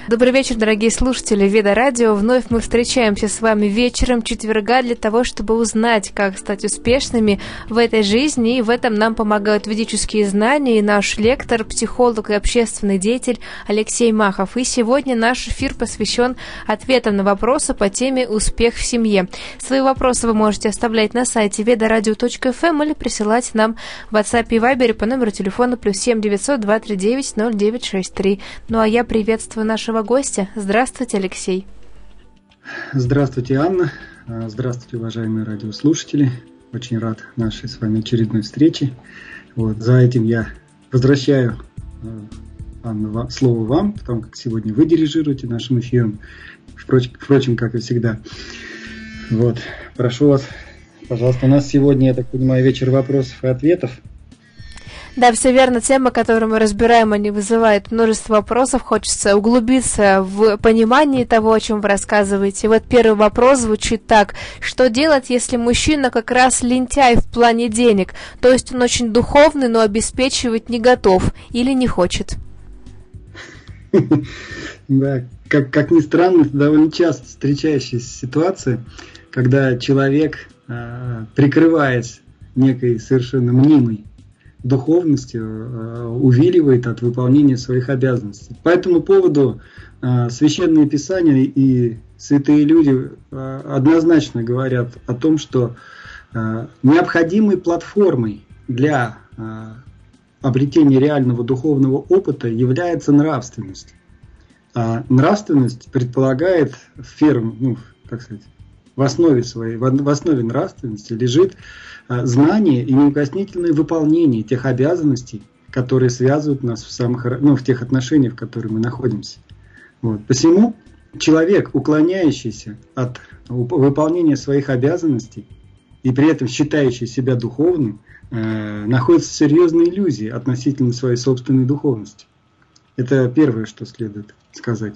Добрый вечер, дорогие слушатели Веда Радио. Вновь мы встречаемся с вами вечером четверга для того, чтобы узнать, как стать успешными в этой жизни. И в этом нам помогают ведические знания и наш лектор, психолог и общественный деятель Алексей Махов. И сегодня наш эфир посвящен ответам на вопросы по теме «Успех в семье». Свои вопросы вы можете оставлять на сайте vedoradio.fm или присылать нам в WhatsApp и Viber по номеру телефона +7 900 239 0963. Ну а я приветствую нашего гостя. Здравствуйте, Алексей. Здравствуйте, Анна. Здравствуйте, уважаемые радиослушатели. Очень рад нашей с вами очередной встрече. За этим я возвращаю, Анна, слово вам, потому как сегодня вы дирижируете нашим эфиром. Впрочем, как и всегда. Прошу вас, пожалуйста, у нас сегодня, я так понимаю, вечер вопросов и ответов. Да, все верно. Тема, которую мы разбираем, они вызывают множество вопросов. Хочется углубиться в понимание того, о чем вы рассказываете. Первый вопрос звучит так. Что делать, если мужчина как раз лентяй в плане денег? То есть он очень духовный, но обеспечивать не готов или не хочет? Да, как ни странно, это довольно часто встречающаяся ситуация, когда человек, прикрываясь некой совершенно мнимой духовностью, увиливает от выполнения своих обязанностей. По этому поводу священные писания и святые люди однозначно говорят о том, что необходимой платформой для обретения реального духовного опыта является нравственность. А нравственность предполагает в основе нравственности лежит знание и неукоснительное выполнение тех обязанностей, которые связывают нас в тех отношениях, в которых мы находимся. Посему человек, уклоняющийся от выполнения своих обязанностей и при этом считающий себя духовным, находится в серьезной иллюзии относительно своей собственной духовности. Это первое, что следует сказать.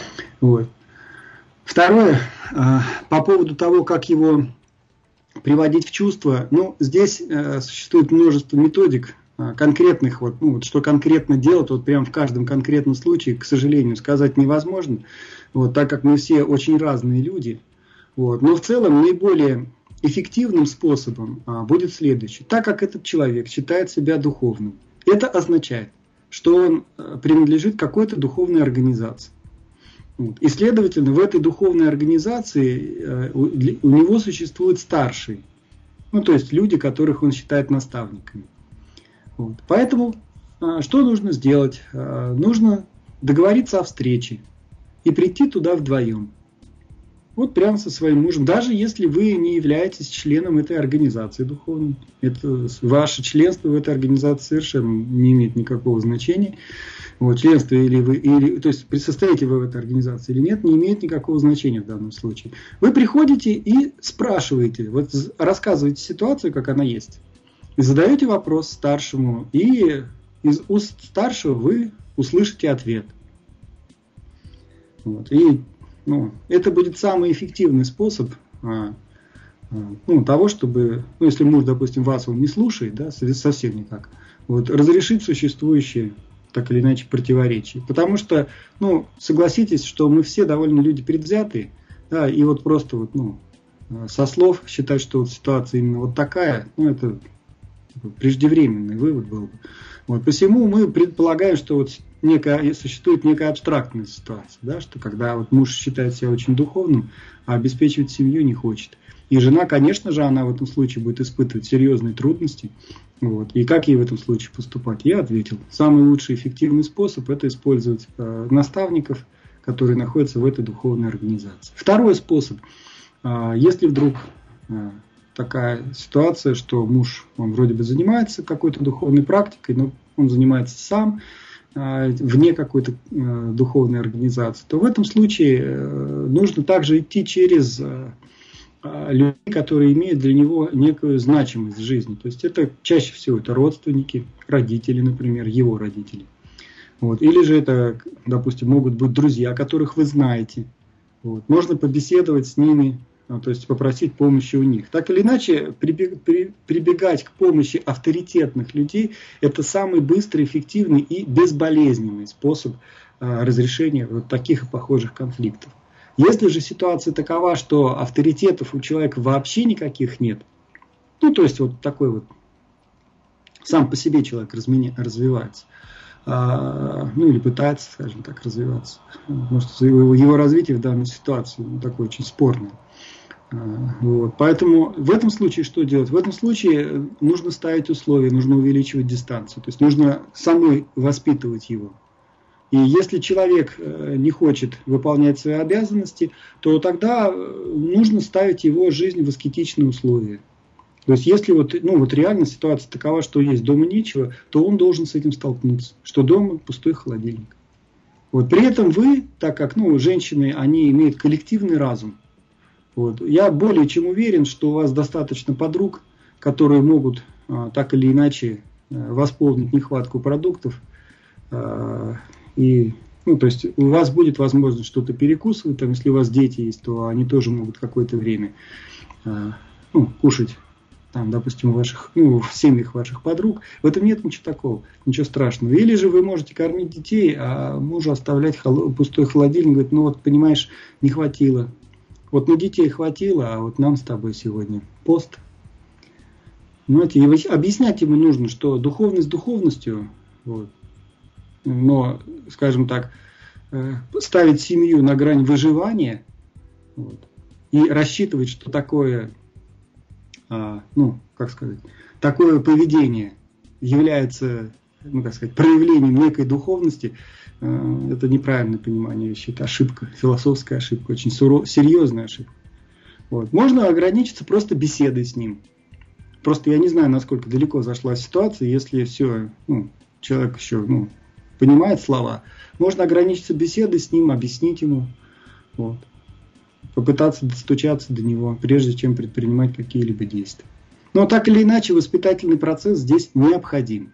Второе, по поводу того, как его приводить в чувство. Здесь существует множество методик конкретных, что конкретно делать, прямо в каждом конкретном случае, к сожалению, сказать невозможно, так как мы все очень разные люди. Но в целом наиболее эффективным способом будет следующий. Так как этот человек считает себя духовным, это означает, что он принадлежит какой-то духовной организации. И, следовательно, в этой духовной организации у него существуют старшие, то есть люди, которых он считает наставниками. Поэтому что нужно сделать? Нужно договориться о встрече и прийти туда вдвоем. Прямо со своим мужем, даже если вы не являетесь членом этой организации духовной. Ваше членство в этой организации совершенно не имеет никакого значения. Членство то есть состоите вы в этой организации или нет, не имеет никакого значения в данном случае. Вы приходите и спрашиваете, рассказываете ситуацию, как она есть, и задаете вопрос старшему, и из уст старшего вы услышите ответ. Это будет самый эффективный способ того, чтобы, если муж, допустим, вас он не слушает, совсем никак, разрешить существующие так или иначе противоречия. Потому что, согласитесь, что мы все довольно люди предвзятые, и просто со слов считать, что ситуация именно такая, это преждевременный вывод был бы. Посему мы предполагаем, что существует некая абстрактная ситуация, что когда муж считает себя очень духовным, а обеспечивать семью не хочет. И жена, конечно же, она в этом случае будет испытывать серьезные трудности. И как ей в этом случае поступать? Я ответил. Самый лучший эффективный способ – это использовать наставников, которые находятся в этой духовной организации. Второй способ. Если вдруг такая ситуация, что муж, он вроде бы занимается какой-то духовной практикой, но он занимается сам, вне какой-то духовной организации, то в этом случае нужно также идти через людей, которые имеют для него некую значимость в жизни. То есть это чаще всего это родственники, родители, например, его родители. Или же это, допустим, могут быть друзья, которых вы знаете. Можно побеседовать с ними, то есть попросить помощи у них. Так или иначе, прибегать к помощи авторитетных людей – это самый быстрый, эффективный и безболезненный способ разрешения вот таких и похожих конфликтов. Если же ситуация такова, что авторитетов у человека вообще никаких нет, ну, то есть вот такой вот сам по себе человек развивается, ну, или пытается, скажем так, развиваться. Может, его развитие в данной ситуации такое очень спорное. Вот. Поэтому в этом случае что делать? В этом случае нужно ставить условия, нужно увеличивать дистанцию. То есть нужно самой воспитывать его. И если человек не хочет выполнять свои обязанности, то тогда нужно ставить его жизнь в аскетичные условия. То есть если вот реально ситуация такова, что есть дома нечего, то он должен с этим столкнуться, что дома пустой холодильник. Вот. При этом вы, так как женщины, они имеют коллективный разум, вот, я более чем уверен, что у вас достаточно подруг, которые могут так или иначе восполнить нехватку продуктов. И, то есть у вас будет возможность что-то перекусывать, там, если у вас дети есть, то они тоже могут какое-то время кушать, там, допустим, в семьях ваших подруг. В этом нет ничего такого, ничего страшного. Или же вы можете кормить детей, а мужу оставлять пустой холодильник, говорит, ну вот, понимаешь, не хватило. Вот на детей хватило, а вот нам с тобой сегодня пост. Понимаете, объяснять ему нужно, что духовность духовностью, вот, но, скажем так, ставить семью на грань выживания, вот, и рассчитывать, что такое, такое поведение является, проявлением некой духовности, это неправильное понимание вещи, это ошибка, философская ошибка, очень серьезная ошибка. Вот. Можно ограничиться просто беседой с ним. Просто я не знаю, насколько далеко зашла ситуация, если все, человек еще понимает слова, можно ограничиться беседой с ним, объяснить ему, вот, попытаться достучаться до него, прежде чем предпринимать какие-либо действия. Но так или иначе воспитательный процесс здесь необходим.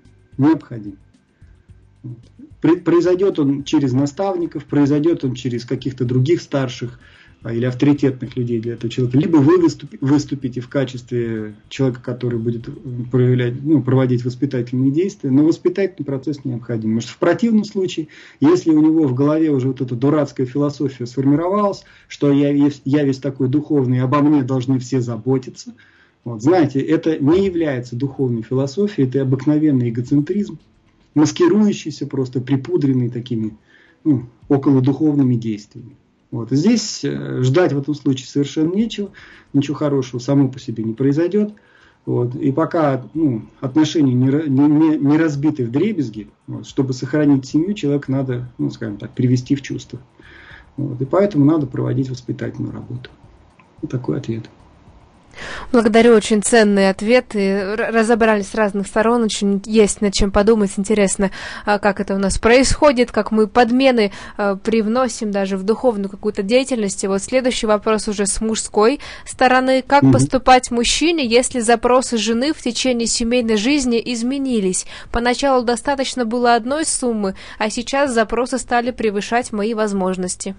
Произойдет он через наставников, произойдет он через каких-то других старших или авторитетных людей для этого человека. Либо вы выступите в качестве человека, который будет проводить воспитательные действия, но воспитательный процесс необходим. Потому что в противном случае, если у него в голове уже вот эта дурацкая философия сформировалась, что я весь такой духовный, обо мне должны все заботиться, вот, знаете, это не является духовной философией, это обыкновенный эгоцентризм, маскирующийся, просто припудренный такими околодуховными действиями. Вот. Здесь ждать в этом случае совершенно нечего, ничего хорошего само по себе не произойдет. Вот. И пока отношения не разбиты вдребезги, вот, чтобы сохранить семью, человека надо, привести в чувство. Вот. И поэтому надо проводить воспитательную работу. Вот такой ответ. Благодарю, очень ценные ответы. Разобрались с разных сторон, очень есть над чем подумать. Интересно, как это у нас происходит, как мы подмены привносим даже в духовную какую-то деятельность. И вот следующий вопрос уже с мужской стороны. Как поступать мужчине, если запросы жены в течение семейной жизни изменились? Поначалу достаточно было одной суммы, а сейчас запросы стали превышать мои возможности.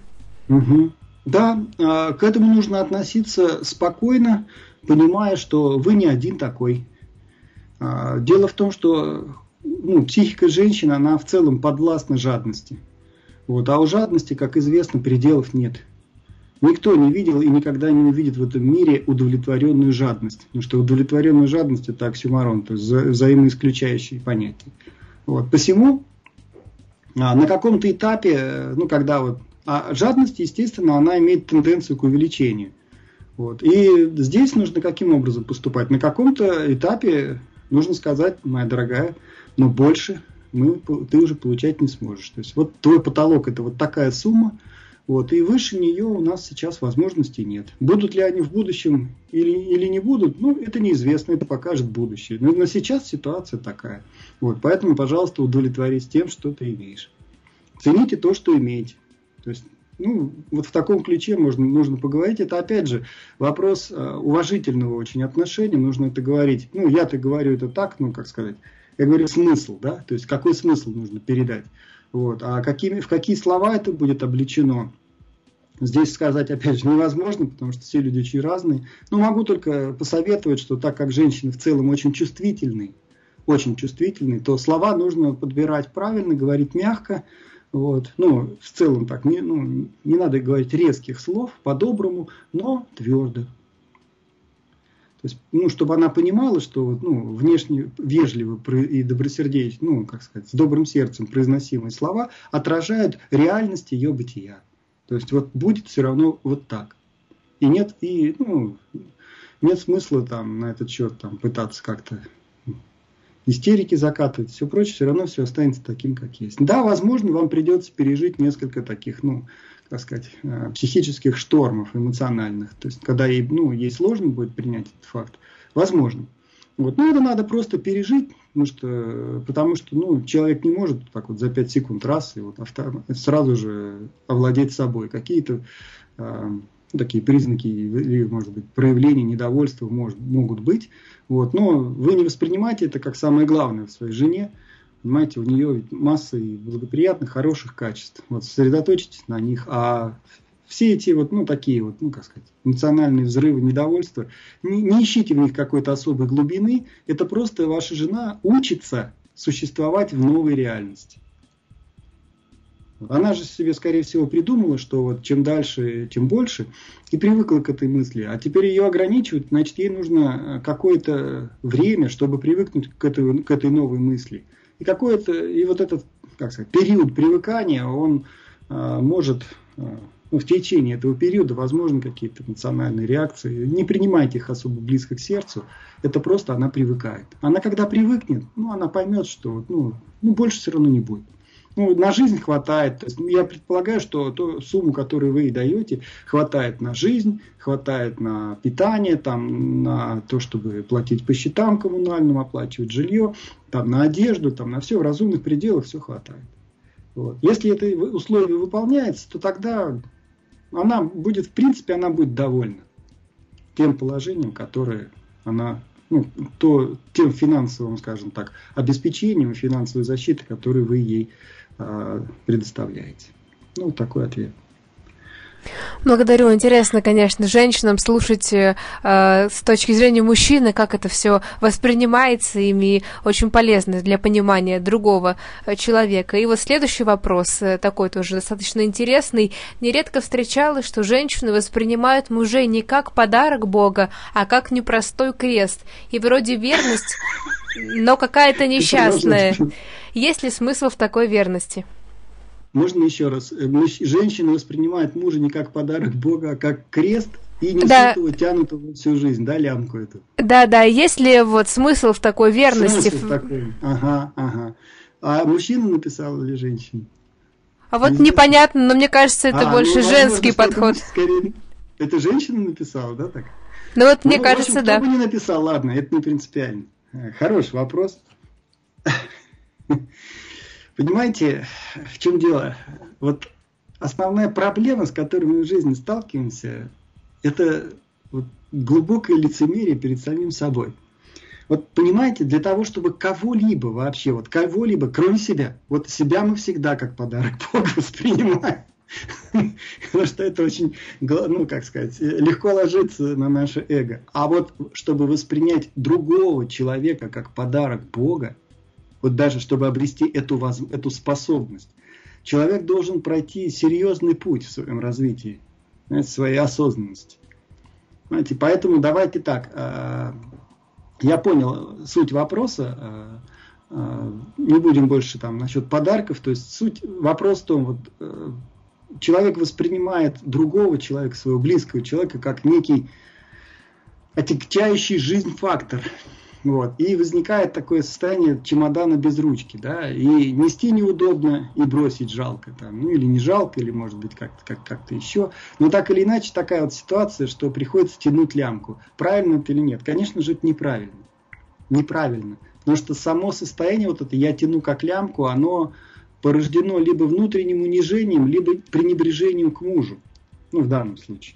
Да, к этому нужно относиться спокойно, понимая, что вы не один такой. Дело в том, что психика женщины, она в целом подвластна жадности. Вот, а у жадности, как известно, пределов нет. Никто не видел и никогда не увидит в этом мире удовлетворенную жадность. Потому что удовлетворенная жадность – это оксюморон, то есть взаимоисключающие понятия. Вот, посему на каком-то этапе, а жадность, естественно, она имеет тенденцию к увеличению. Вот. И здесь нужно каким образом поступать? На каком-то этапе нужно сказать, моя дорогая, но больше ты уже получать не сможешь. То есть вот твой потолок – это вот такая сумма, вот, и выше нее у нас сейчас возможностей нет. Будут ли они в будущем или не будут, это неизвестно, это покажет будущее. Но на сейчас ситуация такая. Вот, поэтому, пожалуйста, удовлетворись тем, что ты имеешь. Цените то, что имеете. То есть, вот в таком ключе нужно поговорить. Это, опять же, вопрос уважительного очень отношения. Нужно это говорить. Я-то говорю это так, я говорю смысл, да, то есть какой смысл нужно передать. Вот. А в какие слова это будет облечено, здесь сказать, опять же, невозможно, потому что все люди очень разные. Но могу только посоветовать, что так как женщины в целом очень чувствительны, то слова нужно подбирать правильно, говорить мягко. Вот. Ну, в целом так, не надо говорить резких слов, по-доброму, но твердо. То есть, чтобы она понимала, что внешне вежливо и добросердечно, с добрым сердцем произносимые слова отражают реальность ее бытия. То есть, будет все равно вот так. И нет смысла на этот счет пытаться как-то истерики закатывать, все прочее, все равно все останется таким, как есть. Да, возможно, вам придется пережить несколько таких, психических штормов эмоциональных. То есть, когда ей сложно будет принять этот факт, возможно. Но это надо просто пережить, потому что человек не может так за 5 секунд раз и сразу же овладеть собой. Какие-то такие признаки или, может быть, проявления недовольства могут быть. Но вы не воспринимайте это как самое главное в своей жене. Понимаете, у нее масса и благоприятных, хороших качеств. Сосредоточьтесь на них. А все эти такие эмоциональные взрывы недовольства, не ищите в них какой-то особой глубины. Это просто ваша жена учится существовать в новой реальности. Она же себе, скорее всего, придумала, что чем дальше, тем больше, и привыкла к этой мысли. А теперь ее ограничивают, значит, ей нужно какое-то время, чтобы привыкнуть к этой новой мысли. И этот период привыкания, он может, в течение этого периода, возможно, какие-то эмоциональные реакции. Не принимайте их особо близко к сердцу. Это просто она привыкает. Она когда привыкнет, она поймет, что больше все равно не будет. На жизнь хватает. То есть, я предполагаю, что ту сумму, которую вы ей даете, хватает на жизнь, хватает на питание, на то, чтобы платить по счетам коммунальным, оплачивать жилье, на одежду, на все в разумных пределах все хватает. Если это условие выполняется, то тогда она будет, в принципе, она будет довольна тем положением, которое она, тем финансовым, скажем так, обеспечением и финансовой защитой, которую вы ей предоставляете. Такой ответ. Благодарю. Интересно, конечно, женщинам слушать с точки зрения мужчины, как это все воспринимается ими, очень полезно для понимания другого человека. И следующий вопрос, такой тоже достаточно интересный. Нередко встречалось, что женщины воспринимают мужей не как подарок Бога, а как непростой крест. И вроде верность, но какая-то несчастная. Есть ли смысл в такой верности? Можно еще раз? Женщина воспринимает мужа не как подарок Бога, а как крест и несут его, тянут его всю жизнь, лямку эту. Да, есть ли смысл в такой верности? Смысл такой, ага. А мужчина написал или женщина? Непонятно, но мне кажется, это больше женский подход. Скорее, это женщина написала, да, так? Мне кажется, да. Кто бы не написал, ладно, это не принципиально. Хороший вопрос. Понимаете, в чем дело? Основная проблема, с которой мы в жизни сталкиваемся, это глубокое лицемерие перед самим собой. Понимаете, для того, чтобы кого-либо вообще, кого-либо, кроме себя, себя мы всегда как подарок Богу воспринимаем. Потому что это очень, легко ложится на наше эго. А чтобы воспринять другого человека как подарок Бога, даже чтобы обрести эту способность, человек должен пройти серьезный путь в своем развитии, своей осознанности. Знаете, поэтому давайте так. Я понял суть вопроса. Не будем больше насчет подарков. То есть суть вопроса в том, человек воспринимает другого человека, своего близкого человека, как некий отягчающий жизнь фактор. И возникает такое состояние чемодана без ручки, и нести неудобно, и бросить жалко, или не жалко, или может быть как-то еще. Но так или иначе такая ситуация, что приходится тянуть лямку. Правильно это или нет? Конечно же, это неправильно. Неправильно. Потому что само состояние это «я тяну как лямку», оно порождено либо внутренним унижением, либо пренебрежением к мужу. В данном случае.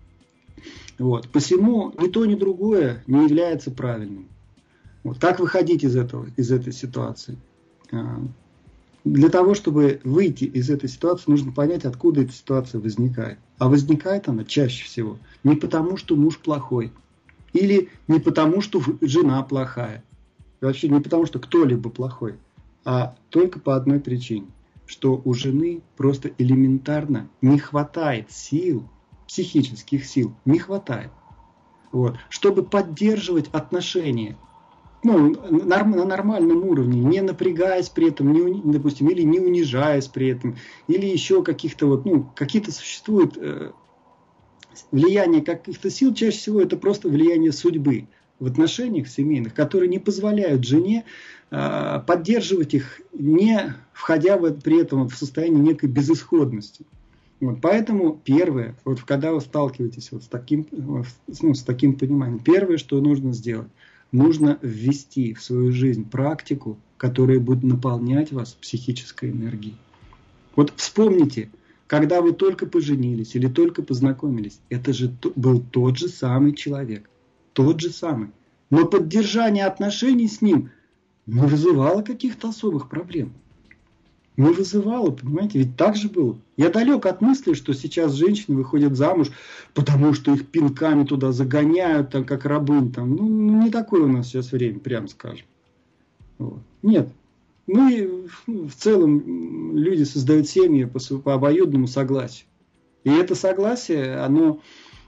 Посему ни то, ни другое не является правильным. Как выходить из этой ситуации? Для того, чтобы выйти из этой ситуации, нужно понять, откуда эта ситуация возникает. А возникает она чаще всего не потому, что муж плохой, или не потому, что жена плохая, вообще не потому, что кто-либо плохой, а только по одной причине. что у жены просто элементарно не хватает сил, психических сил, не хватает, вот, чтобы поддерживать отношения. Ну, на нормальном уровне, не напрягаясь при этом, допустим, или не унижаясь при этом, или еще каких-то вот, ну, какие-то существуют влияние каких-то сил, чаще всего это просто влияние судьбы в отношениях семейных, которые не позволяют жене поддерживать их, не входя при этом в состояние некой безысходности. Вот, поэтому первое, вот когда вы сталкиваетесь вот с таким пониманием, первое, что нужно сделать, нужно ввести в свою жизнь практику, которая будет наполнять вас психической энергией. Вот вспомните, когда вы только поженились или только познакомились, это же был тот же самый человек. Тот же самый. Но поддержание отношений с ним не вызывало каких-то особых проблем. Не вызывало, понимаете, ведь так же было. Я далек от мысли, что сейчас женщины выходят замуж, потому что их пинками туда загоняют, там, как рабынь. Там. Ну, не такое у нас сейчас время, прямо скажем. Вот. Нет. Ну и в целом люди создают семьи по обоюдному согласию. И это согласие, оно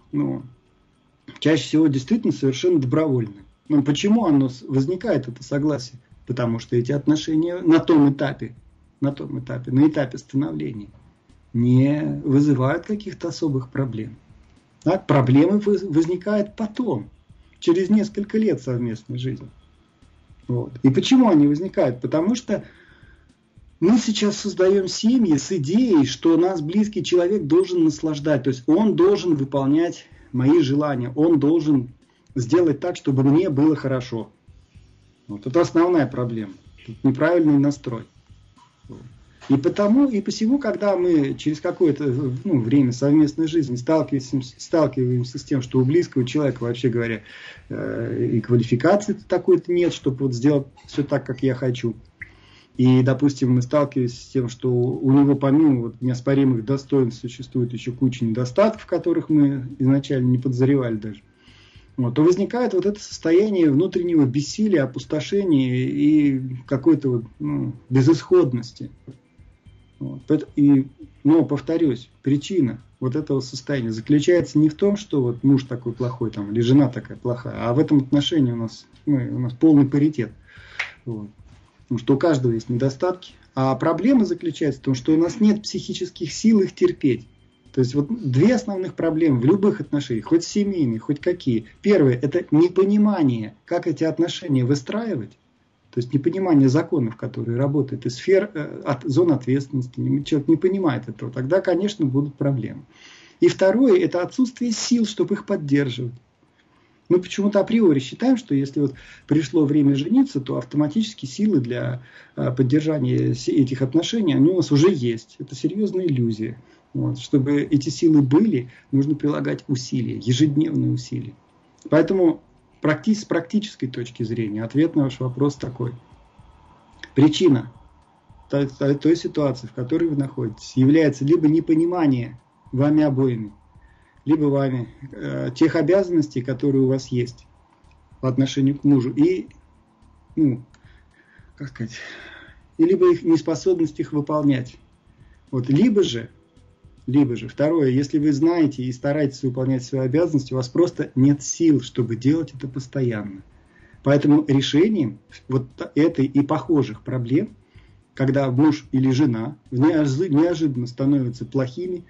чаще всего действительно совершенно добровольное. Но почему оно возникает, это согласие? Потому что эти отношения на этапе становления не вызывают каких-то особых проблем. Так, проблемы возникают потом, через несколько лет совместной жизни. Вот. И почему они возникают? Потому что мы сейчас создаем семьи с идеей, что нас близкий человек должен наслаждать. То есть он должен выполнять мои желания. Он должен сделать так, чтобы мне было хорошо. Вот. Это основная проблема. Тут неправильный настрой. Вот. И посему, когда мы через какое-то время совместной жизни сталкиваемся с тем, что у близкого человека, вообще говоря, и квалификации такой-то нет, чтобы вот сделать все так, как я хочу. И, допустим, мы сталкиваемся с тем, что у него помимо вот неоспоримых достоинств существует еще куча недостатков, которых мы изначально не подозревали даже. Вот, то возникает вот это состояние внутреннего бессилия, опустошения и какой-то безысходности. Вот. Но, повторюсь, причина вот этого состояния заключается не в том, что вот муж такой плохой там, или жена такая плохая, а в этом отношении у нас полный паритет. Вот. Потому что у каждого есть недостатки. А проблема заключается в том, что у нас нет психических сил их терпеть. То есть вот две основных проблемы в любых отношениях, хоть семейные, хоть какие. Первое – это непонимание, как эти отношения выстраивать. То есть непонимание законов, которые работают, и сфер, зон ответственности. Человек не понимает этого. Тогда, конечно, будут проблемы. И второе – это отсутствие сил, чтобы их поддерживать. Мы почему-то априори считаем, что если вот пришло время жениться, то автоматически силы для поддержания этих отношений, они у нас уже есть. Это серьезная иллюзия. Вот. Чтобы эти силы были, нужно прилагать усилия, ежедневные усилия. Поэтому с практической точки зрения ответ на ваш вопрос такой. Причина той ситуации, в которой вы находитесь, является либо непонимание вами обоими, либо вами тех обязанностей, которые у вас есть по отношению к мужу, и, и либо их неспособность их выполнять. Вот, либо же, второе, если вы знаете и стараетесь выполнять свои обязанности, у вас просто нет сил, чтобы делать это постоянно. Поэтому решением вот этой и похожих проблем, когда муж или жена неожиданно становятся плохими,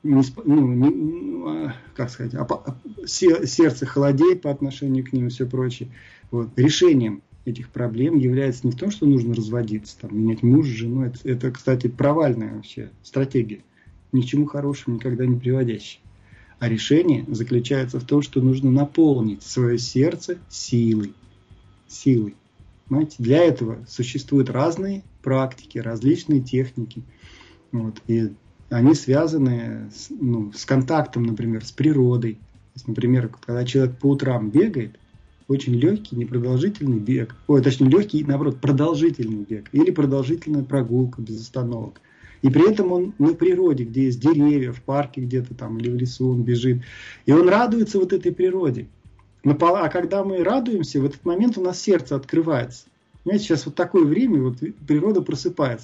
сердце холодеет по отношению к ним и все прочее. Вот. Решением этих проблем является не в том, что нужно разводиться, менять мужа, жену. Это, кстати, провальная вообще стратегия, ни к чему хорошему никогда не приводящая. А решение заключается в том, что нужно наполнить свое сердце силой. Понимаете? Для этого существуют разные практики, различные техники. Вот. И они связаны с контактом, например, с природой. То есть, например, когда человек по утрам бегает, очень легкий, непродолжительный бег. Легкий, наоборот, продолжительный бег. Или продолжительная прогулка без остановок. И при этом он на природе, где есть деревья, в парке где-то там или в лесу он бежит. И он радуется вот этой природе. А когда мы радуемся, в этот момент у нас сердце открывается. Понимаете, сейчас вот такое время, вот природа просыпается. Вот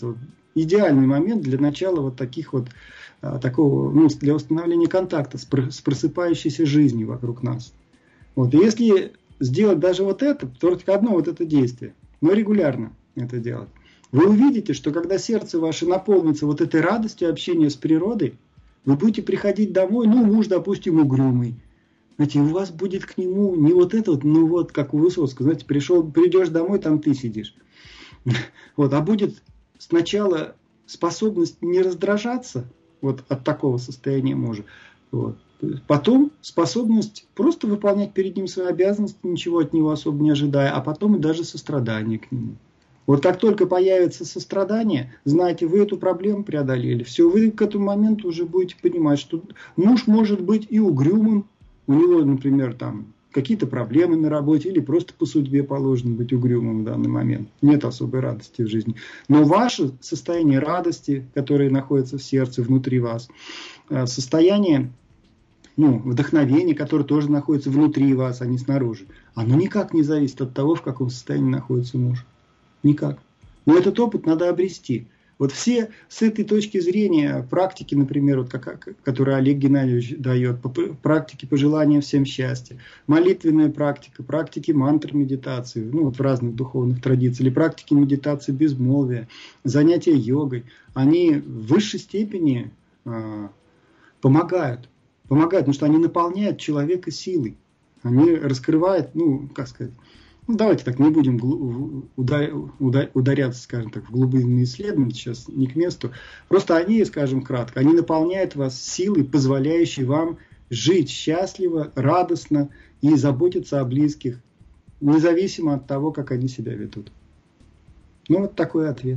идеальный момент для начала вот таких вот, такого, для установления контакта с просыпающейся жизнью вокруг нас. Вот. И если сделать даже вот это, только одно вот это действие, но регулярно это делать, вы увидите, что когда сердце ваше наполнится вот этой радостью общения с природой, вы будете приходить домой, муж, допустим, угрюмый. Знаете, у вас будет к нему не вот это вот, как у Высоцкого, знаете, придешь домой, там ты сидишь. Вот, а будет сначала способность не раздражаться вот от такого состояния мужа. Вот. Потом способность просто выполнять перед ним свои обязанности, ничего от него особо не ожидая, а потом и даже сострадание к нему. Вот как только появится сострадание, знаете, вы эту проблему преодолели. Все, вы к этому моменту уже будете понимать, что муж может быть и угрюмым, у него, например, там какие-то проблемы на работе или просто по судьбе положено быть угрюмым в данный момент. Нет особой радости в жизни. Но ваше состояние радости, которое находится в сердце, внутри вас, состояние вдохновения, которое тоже находится внутри вас, а не снаружи, оно никак не зависит от того, в каком состоянии находится муж. Никак. Но этот опыт надо обрести. Вот все с этой точки зрения практики, например, вот которую Олег Геннадьевич дает, практики пожелания всем счастья, молитвенная практика, практики мантр медитации, в разных духовных традициях, или практики медитации безмолвия, занятия йогой, они в высшей степени помогают, потому что они наполняют человека силой, они раскрывают, давайте так, не будем ударяться, скажем так, в глубинные исследования, сейчас не к месту. Просто они, скажем кратко, они наполняют вас силой, позволяющей вам жить счастливо, радостно и заботиться о близких, независимо от того, как они себя ведут. Вот такой ответ.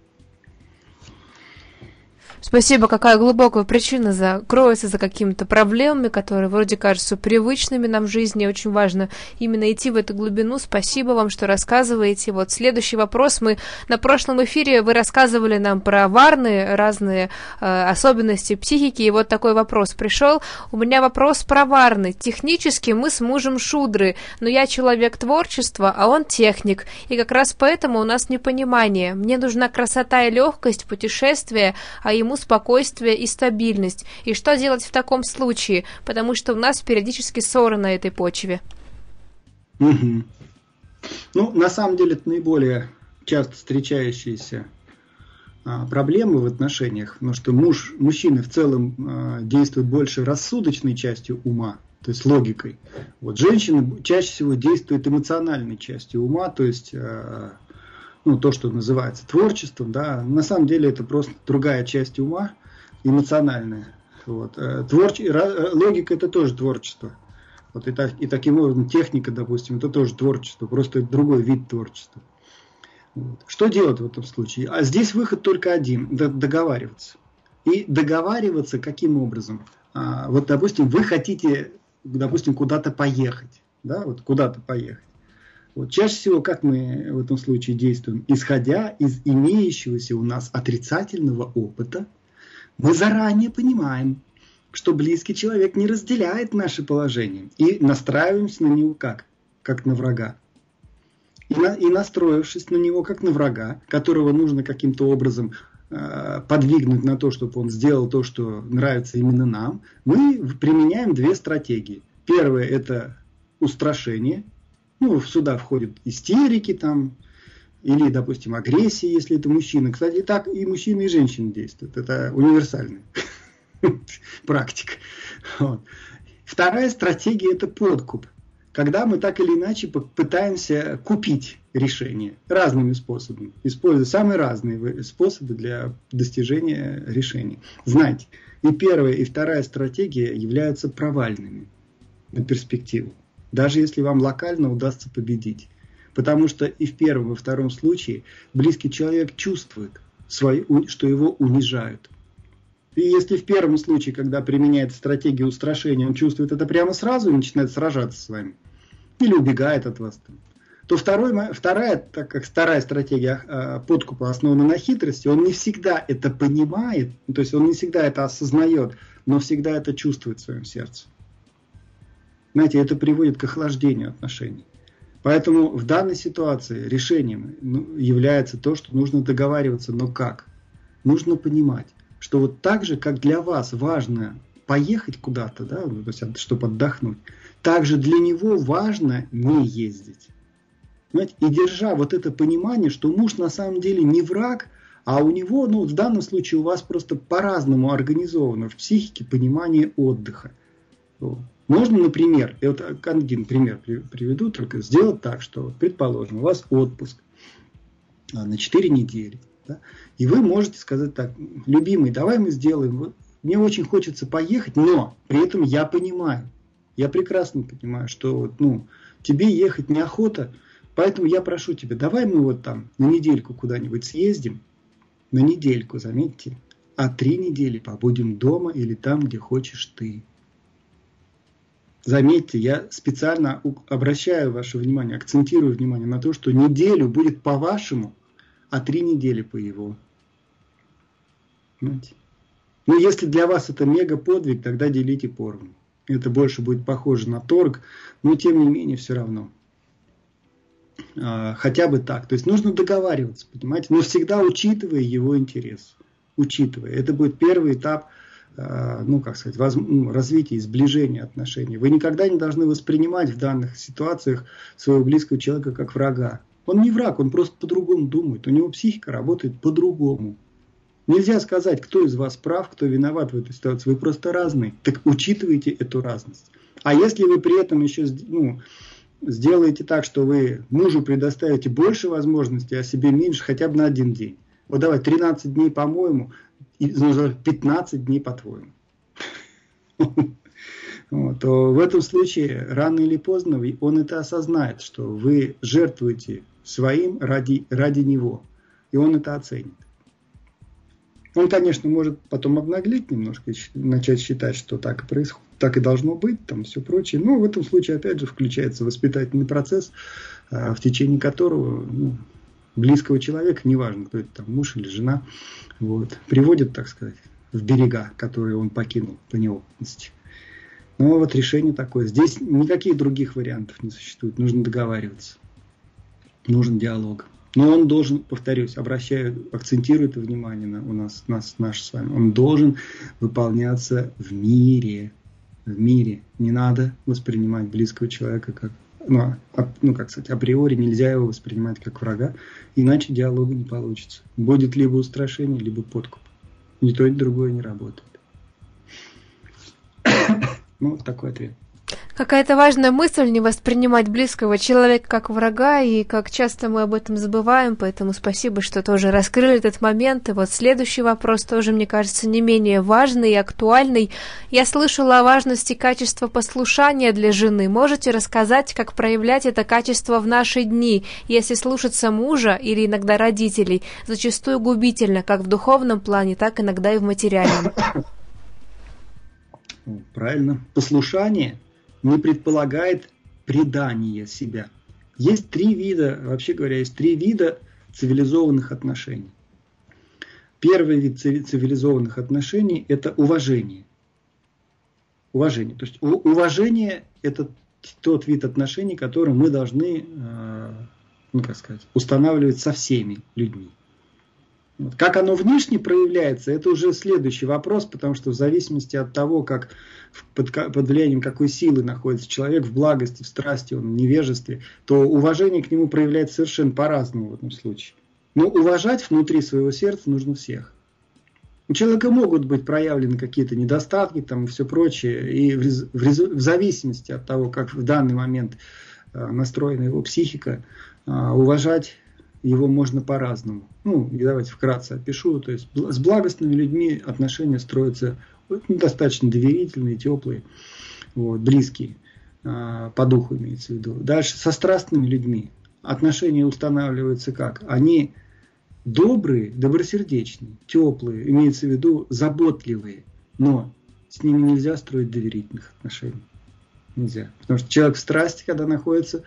Спасибо, какая глубокая причина кроется за какими-то проблемами, которые вроде кажутся привычными нам в жизни. Очень важно именно идти в эту глубину. Спасибо вам, что рассказываете. Вот следующий вопрос. Мы на прошлом эфире вы рассказывали нам про варны, разные особенности психики. И вот такой вопрос пришел. У меня вопрос про варны. Технически мы с мужем шудры, но я человек творчества, а он техник. И как раз поэтому у нас непонимание. Мне нужна красота и легкость, путешествия, а ему спокойствие и стабильность. И что делать в таком случае? Потому что у нас периодически ссоры на этой почве. Угу. На самом деле, это наиболее часто встречающиеся проблемы в отношениях, потому что мужчины в целом действуют больше рассудочной частью ума, то есть логикой. Вот женщины чаще всего действуют эмоциональной частью ума, то есть то, что называется творчеством, да, на самом деле это просто другая часть ума, эмоциональная. Вот. Логика – это тоже творчество. Вот. И таким образом техника, допустим, это тоже творчество, просто это другой вид творчества. Вот. Что делать в этом случае? А здесь выход только один – договариваться. И договариваться каким образом? Вот, допустим, вы хотите, куда-то поехать. Да, вот куда-то поехать. Вот чаще всего, как мы в этом случае действуем, исходя из имеющегося у нас отрицательного опыта, мы заранее понимаем, что близкий человек не разделяет наше положение, и настраиваемся на него как на врага. И настроившись на него как на врага, которого нужно каким-то образом подвигнуть на то, чтобы он сделал то, что нравится именно нам, мы применяем две стратегии. Первая – это устрашение. Сюда входят истерики там, или, допустим, агрессия, если это мужчина. Кстати, так и мужчины, и женщины действуют. Это универсальная практика. Вот. Вторая стратегия – это подкуп. Когда мы так или иначе пытаемся купить решение разными способами, используя самые разные способы для достижения решений. Знаете, и первая, и вторая стратегия являются провальными на перспективу. Даже если вам локально удастся победить. Потому что и в первом, и во втором случае близкий человек чувствует, что его унижают. И если в первом случае, когда применяет стратегию устрашения, он чувствует это прямо сразу и начинает сражаться с вами, или убегает от вас, то вторая, так как вторая стратегия подкупа основана на хитрости, он не всегда это понимает, то есть он не всегда это осознает, но всегда это чувствует в своем сердце. Знаете, это приводит к охлаждению отношений. Поэтому в данной ситуации решением является то, что нужно договариваться, но как? нужно понимать, что вот так же, как для вас важно поехать куда-то, да, то есть, чтобы отдохнуть, также для него важно не ездить. Понимаете? И держа вот это понимание, что муж на самом деле не враг, а у него, ну, в данном случае у вас просто по-разному организовано в психике понимание отдыха. Можно, например, я вот один пример приведу, только сделать так, что, предположим, у вас отпуск на 4 недели. Да, и вы можете сказать так: любимый, давай мы сделаем, вот, мне очень хочется поехать, но при этом я понимаю, я прекрасно понимаю, что вот, ну, тебе ехать неохота, поэтому я прошу тебя, давай мы вот там на недельку куда-нибудь съездим, на недельку, заметьте, а 3 недели побудем дома или там, где хочешь ты. Заметьте, я специально обращаю ваше внимание, акцентирую внимание на то, что неделю будет по-вашему, а 3 недели по его. Понимаете? Ну, если для вас это мега-подвиг, тогда делите поровну. Это больше будет похоже на торг, но тем не менее все равно. Хотя бы так. То есть нужно договариваться, понимаете, но всегда учитывая его интерес. Учитывая. Это будет первый этап, ну, как сказать, развития и сближения отношений. Вы никогда не должны воспринимать в данных ситуациях своего близкого человека как врага. Он не враг, он просто по-другому думает. У него психика работает по-другому. Нельзя сказать, кто из вас прав, кто виноват в этой ситуации. Вы просто разные. Так учитывайте эту разность. А если вы при этом еще сделаете так, что вы мужу предоставите больше возможностей, а себе меньше, хотя бы на 1 день. Вот давай, 13 дней по-моему, и 15 дней по-твоему. То в этом случае, рано или поздно, он это осознает, что вы жертвуете своим ради него. И он это оценит. Он, конечно, может потом обнаглеть немножко и начать считать, что так и происходит, так и должно быть, там все прочее. Но в этом случае, опять же, включается воспитательный процесс, в течение которого близкого человека, неважно, кто это там, муж или жена, вот, приводит, так сказать, в берега, которые он покинул по неопытности. Но вот решение такое. Здесь никаких других вариантов не существует. Нужно договариваться. Нужен диалог. Но он должен, повторюсь, акцентирую это внимание наш с вами. Он должен выполняться в мире. В мире. Не надо воспринимать близкого человека как, как сказать, априори нельзя его воспринимать как врага, иначе диалога не получится. Будет либо устрашение, либо подкуп. Ни то, ни другое не работает. Вот такой ответ. Какая-то важная мысль — не воспринимать близкого человека как врага, и как часто мы об этом забываем, поэтому спасибо, что тоже раскрыли этот момент. И вот следующий вопрос тоже, мне кажется, не менее важный и актуальный. Я слышала о важности качества послушания для жены. Можете рассказать, как проявлять это качество в наши дни, если слушаться мужа или иногда родителей зачастую губительно, как в духовном плане, так иногда и в материальном? Правильно. Послушание не предполагает предание себя. Есть 3 вида, вообще говоря, есть 3 вида цивилизованных отношений. Первый вид цивилизованных отношений – это уважение. Уважение. То есть уважение – это тот вид отношений, который мы должны, устанавливать со всеми людьми. Вот. Как оно внешне проявляется, это уже следующий вопрос, потому что в зависимости от того, как под влиянием какой силы находится человек, в благости, в страсти, он в невежестве, то уважение к нему проявляется совершенно по-разному в этом случае. Но уважать внутри своего сердца нужно всех. У человека могут быть проявлены какие-то недостатки там, и все прочее, и в зависимости от того, как в данный момент настроена его психика, уважать его можно по-разному. И давайте вкратце опишу. То есть с благостными людьми отношения строятся достаточно доверительные, теплые, близкие, по духу имеется в виду. Дальше со страстными людьми отношения устанавливаются как? Они добрые, добросердечные, теплые, имеется в виду заботливые, но с ними нельзя строить доверительных отношений. Нельзя. Потому что человек в страсти, когда находится,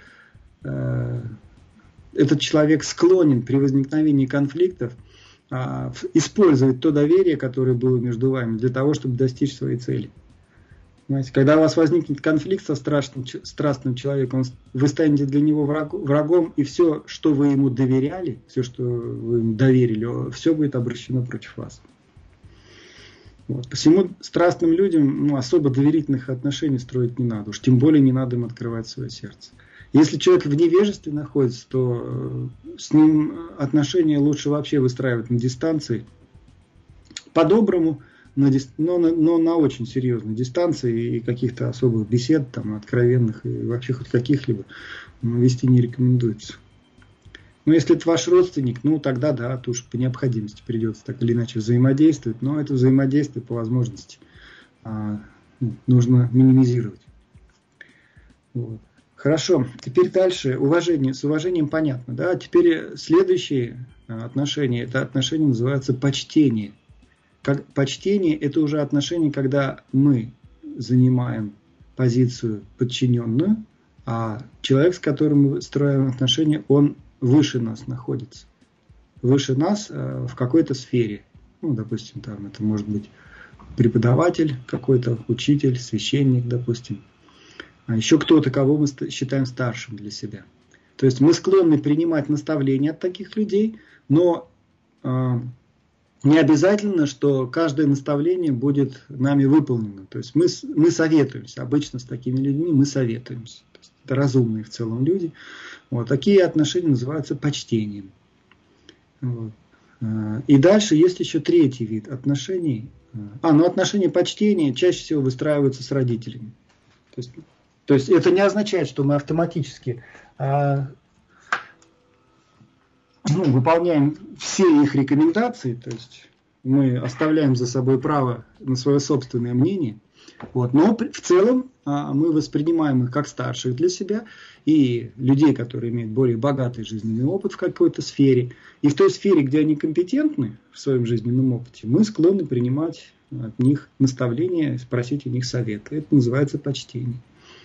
этот человек склонен при возникновении конфликтов использовать то доверие, которое было между вами, для того, чтобы достичь своей цели. Понимаете? Когда у вас возникнет конфликт со страстным человеком, вы станете для него врагом, и все, что вы ему доверяли, все, что вы ему доверили, все будет обращено против вас. Вот. Посему страстным людям особо доверительных отношений строить не надо, уж тем более не надо им открывать свое сердце. Если человек в невежестве находится, то с ним отношения лучше вообще выстраивать на дистанции, по-доброму, но на очень серьезной дистанции, и каких-то особых бесед, там, откровенных и вообще хоть каких-либо вести не рекомендуется. Но если это ваш родственник, тогда да, то уж по необходимости придется так или иначе взаимодействовать, но это взаимодействие по возможности нужно минимизировать. Вот. Хорошо, теперь дальше, с уважением понятно, да? Теперь следующее отношение, это отношение называется почтение. Почтение – это уже отношение, когда мы занимаем позицию подчиненную, а человек, с которым мы строим отношения, он выше нас находится. Выше нас в какой-то сфере. Допустим, там это может быть преподаватель какой-то, учитель, священник, допустим. А еще кто-то, кого мы считаем старшим для себя. То есть мы склонны принимать наставления от таких людей, но не обязательно, что каждое наставление будет нами выполнено. То есть мы советуемся. Обычно с такими людьми мы советуемся. То есть это разумные в целом люди. Вот. Такие отношения называются почтением. Вот. И дальше есть еще третий вид отношений. Отношения почтения чаще всего выстраиваются с родителями. То есть это не означает, что мы автоматически выполняем все их рекомендации, то есть мы оставляем за собой право на свое собственное мнение, но в целом мы воспринимаем их как старших для себя и людей, которые имеют более богатый жизненный опыт в какой-то сфере. И в той сфере, где они компетентны в своем жизненном опыте, мы склонны принимать от них наставления, спросить у них совета. Это называется почтение.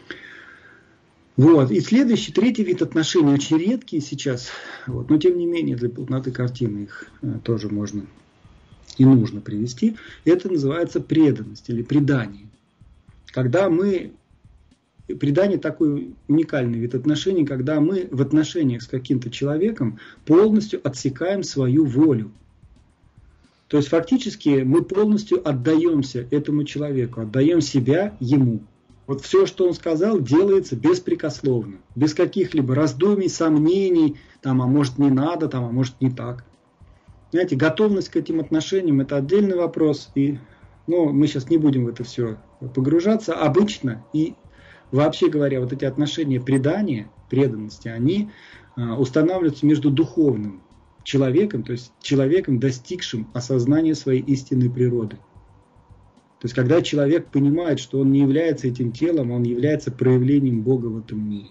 Вот. И следующий, третий вид отношений, очень редкие сейчас, но тем не менее для полноты картины их тоже можно и нужно привести. Это называется преданность или предание. Предание такой уникальный вид отношений, когда мы в отношениях с каким-то человеком полностью отсекаем свою волю. То есть фактически мы полностью отдаемся этому человеку, отдаем себя ему. Вот все, что он сказал, делается беспрекословно, без каких-либо раздумий, сомнений, а может не надо, а может не так. Знаете, готовность к этим отношениям – это отдельный вопрос, и мы сейчас не будем в это все погружаться. Обычно, и вообще говоря, вот эти отношения предания, преданности, они устанавливаются между духовным человеком, то есть человеком, достигшим осознания своей истинной природы. То есть, когда человек понимает, что он не является этим телом, он является проявлением Бога в этом мире.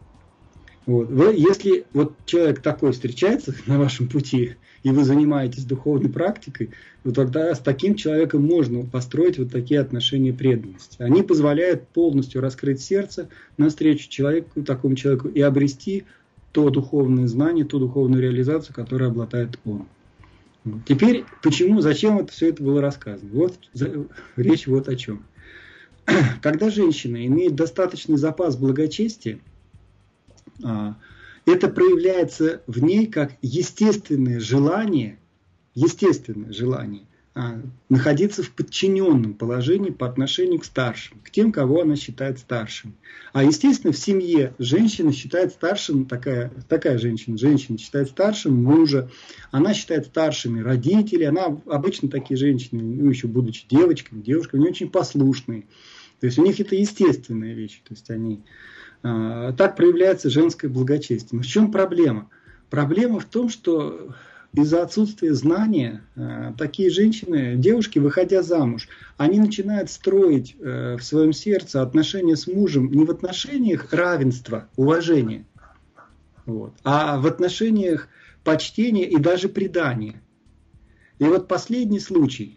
Если человек такой встречается на вашем пути, и вы занимаетесь духовной практикой, тогда с таким человеком можно построить такие отношения преданности. Они позволяют полностью раскрыть сердце навстречу такому человеку и обрести то духовное знание, ту духовную реализацию, которой обладает он. Теперь, зачем все это было рассказано? Речь о чем. Когда женщина имеет достаточный запас благочестия, это проявляется в ней как естественное желание находиться в подчиненном положении по отношению к старшим, к тем, кого она считает старшим. А естественно, в семье женщина считает старшим, такая женщина считает старшим мужа, она считает старшими родителей, она обычно такие женщины, еще будучи девушками, они очень послушные. То есть у них это естественная вещь, то есть они... Так проявляется женское благочестие. Но в чем проблема? Проблема в том, что из-за отсутствия знания такие женщины, девушки, выходя замуж, они начинают строить в своем сердце отношения с мужем не в отношениях равенства, уважения, а в отношениях почтения и даже предания. И последний случай,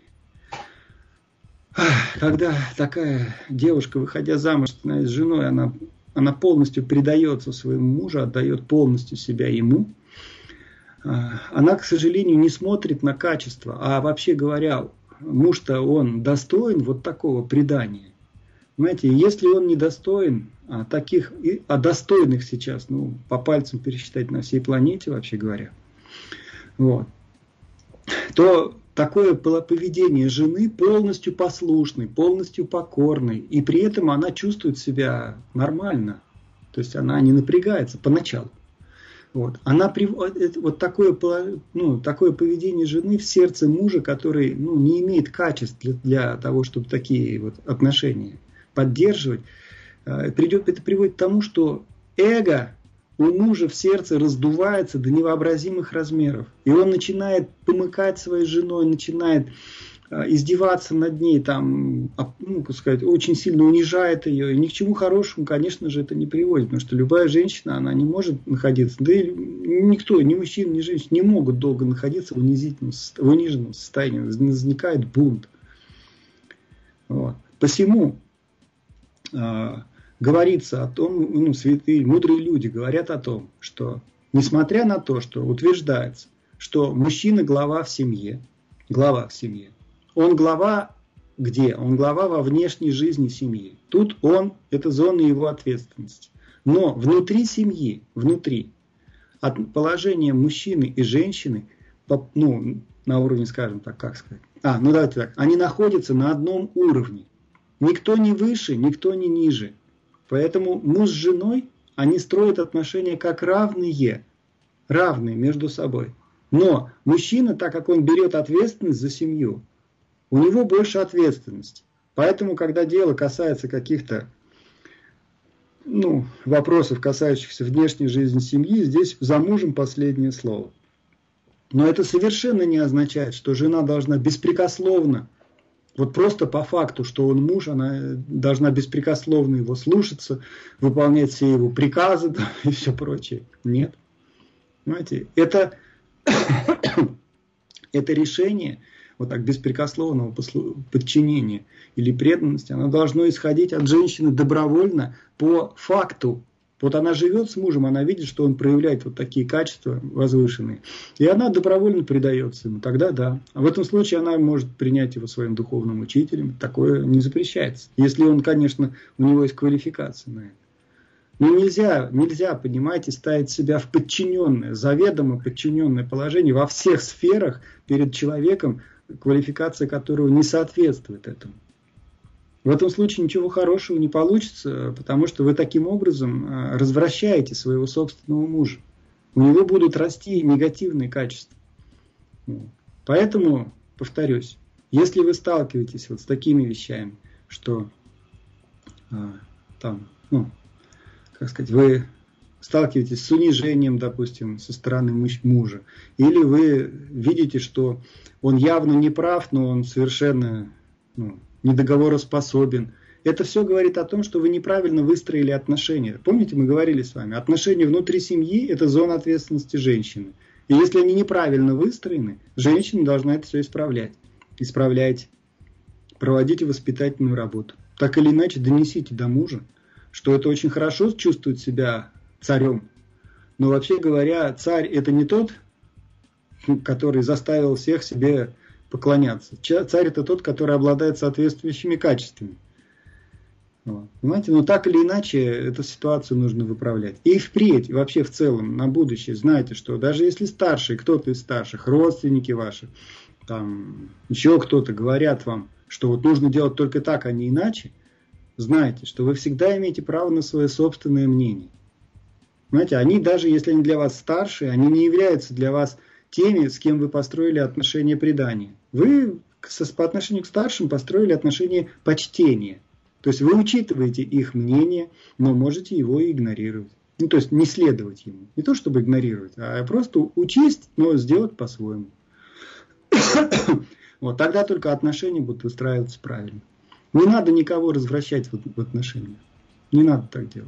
когда такая девушка, выходя замуж, становится женой, она полностью предается своему мужу, отдает полностью себя ему. Она, к сожалению, не смотрит на качество. А вообще говоря, муж-то он достоин такого предания. Понимаете, если он недостоин, достойных сейчас, по пальцам пересчитать на всей планете, вообще говоря, вот, то такое поведение жены полностью послушной, полностью покорной, и при этом она чувствует себя нормально, то есть она не напрягается поначалу. Вот. Вот такое поведение жены в сердце мужа, который не имеет качеств для того, чтобы такие вот отношения поддерживать, это приводит к тому, что эго у мужа в сердце раздувается до невообразимых размеров. И он начинает помыкать своей женой, начинает издеваться над ней, очень сильно унижает ее. И ни к чему хорошему, конечно же, это не приводит. Потому что любая женщина, она не может находиться, да и никто, ни мужчина, ни женщина не могут долго находиться в униженном состоянии. Возникает бунт. Вот. Посему говорится о том, святые, мудрые люди говорят о том, что несмотря на то, что утверждается, что мужчина глава в семье, он глава где? Он глава во внешней жизни семьи. Тут это зона его ответственности. Но внутри семьи, от положения мужчины и женщины, на уровне, скажем так, как сказать? Давайте так, они находятся на одном уровне. Никто не выше, никто не ниже. Поэтому муж с женой, они строят отношения как равные между собой. Но мужчина, так как он берет ответственность за семью, у него больше ответственности. Поэтому, когда дело касается каких-то вопросов, касающихся внешней жизни семьи, здесь за мужем последнее слово. Но это совершенно не означает, что жена должна беспрекословно, вот просто по факту, что он муж, она должна беспрекословно его слушаться, выполнять все его приказы и все прочее. Нет. Понимаете, это решение вот так беспрекословного подчинения или преданности, оно должно исходить от женщины добровольно по факту. Вот она живет с мужем, она видит, что он проявляет вот такие качества возвышенные. И она добровольно предается ему. Тогда да. А в этом случае она может принять его своим духовным учителем. Такое не запрещается. Если он, конечно, у него есть квалификация на это. Но нельзя, понимаете, ставить себя в подчиненное, заведомо подчиненное положение во всех сферах перед человеком, квалификация которого не соответствует этому. В этом случае ничего хорошего не получится, потому что вы таким образом развращаете своего собственного мужа. У него будут расти негативные качества. Поэтому, повторюсь, если вы сталкиваетесь вот с такими вещами, что вы сталкиваетесь с унижением, допустим, со стороны мужа, или вы видите, что он явно не прав, но он совершенно недоговороспособен. Это все говорит о том, что вы неправильно выстроили отношения. Помните, мы говорили с вами, отношения внутри семьи – это зона ответственности женщины. И если они неправильно выстроены, женщина должна это все исправлять. Исправляйте. Проводите воспитательную работу. Так или иначе донесите до мужа, что это очень хорошо чувствовать себя царем. Но вообще говоря, царь – это не тот, который заставил всех себе поклоняться. Царь – это тот, который обладает соответствующими качествами. Вот. Понимаете? Но так или иначе, эту ситуацию нужно выправлять. И впредь, вообще в целом, на будущее, знайте, что даже если старший, кто-то из старших, родственники ваши, еще кто-то говорят вам, что вот нужно делать только так, а не иначе, знайте, что вы всегда имеете право на свое собственное мнение. Понимаете? Они, даже если они для вас старшие, они не являются для вас теми, с кем вы построили отношения предания. Вы по отношению к старшим построили отношения почтения. То есть вы учитываете их мнение, но можете его и игнорировать. То есть не следовать ему. Не то чтобы игнорировать, а просто учесть, но сделать по-своему. Вот тогда только отношения будут выстраиваться правильно. Не надо никого развращать в отношениях. Не надо так делать.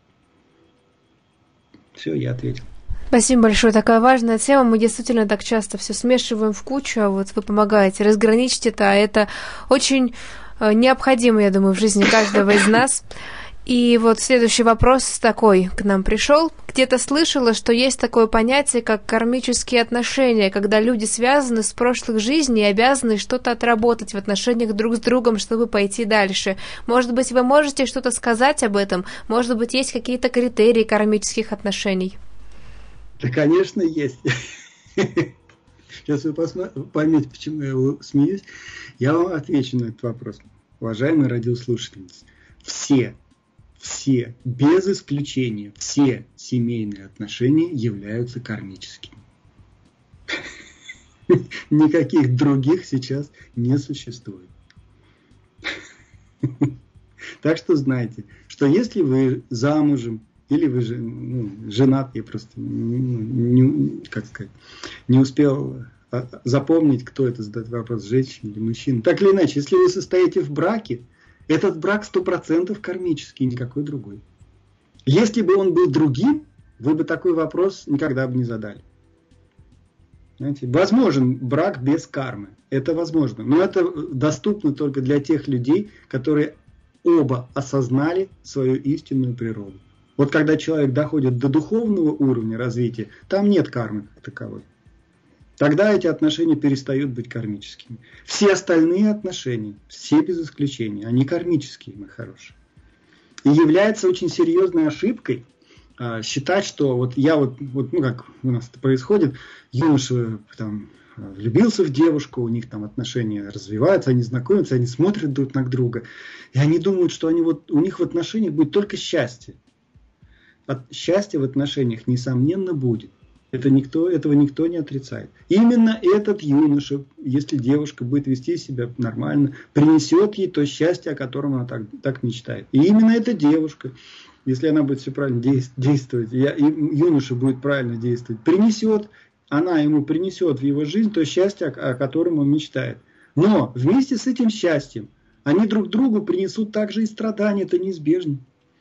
Все, я ответил. Спасибо большое. Такая важная тема. Мы действительно так часто все смешиваем в кучу, а вот вы помогаете разграничить это, а это очень необходимо, я думаю, в жизни каждого из нас. И вот следующий вопрос такой к нам пришел. Где-то слышала, что есть такое понятие, как кармические отношения, когда люди связаны с прошлых жизней и обязаны что-то отработать в отношениях друг с другом, чтобы пойти дальше. Может быть, вы можете что-то сказать об этом? Может быть, есть какие-то критерии кармических отношений? Да, конечно, есть. Сейчас вы поймете, почему я смеюсь. Я вам отвечу на этот вопрос. Уважаемые радиослушательницы, все, без исключения, все семейные отношения являются кармическими. Никаких других сейчас не существует. Так что знайте, что если вы замужем, или вы женат, я просто не успел запомнить, кто это задает вопрос, женщина или мужчина. Так или иначе, если вы состоите в браке, этот брак 100% кармический, никакой другой. Если бы он был другим, вы бы такой вопрос никогда бы не задали. Знаете, возможен брак без кармы. Это возможно. Но это доступно только для тех людей, которые оба осознали свою истинную природу. Вот когда человек доходит до духовного уровня развития, там нет кармы как таковой. Тогда эти отношения перестают быть кармическими. Все остальные отношения, все без исключения, они кармические, мои хорошие. И является очень серьезной ошибкой считать, что как у нас это происходит, юноша там влюбился в девушку, у них там отношения развиваются, они знакомятся, они смотрят друг на друга, и они думают, что у них в отношениях будет только счастье. Счастья в отношениях, несомненно, будет. Этого никто не отрицает. Именно этот юноша, если девушка будет вести себя нормально, принесет ей то счастье, о котором она так мечтает. И именно эта девушка, если она будет все правильно действовать, и юноша будет правильно действовать, она ему принесет в его жизнь то счастье, о котором он мечтает. Но вместе с этим счастьем они друг другу принесут также и страдания, это неизбежно.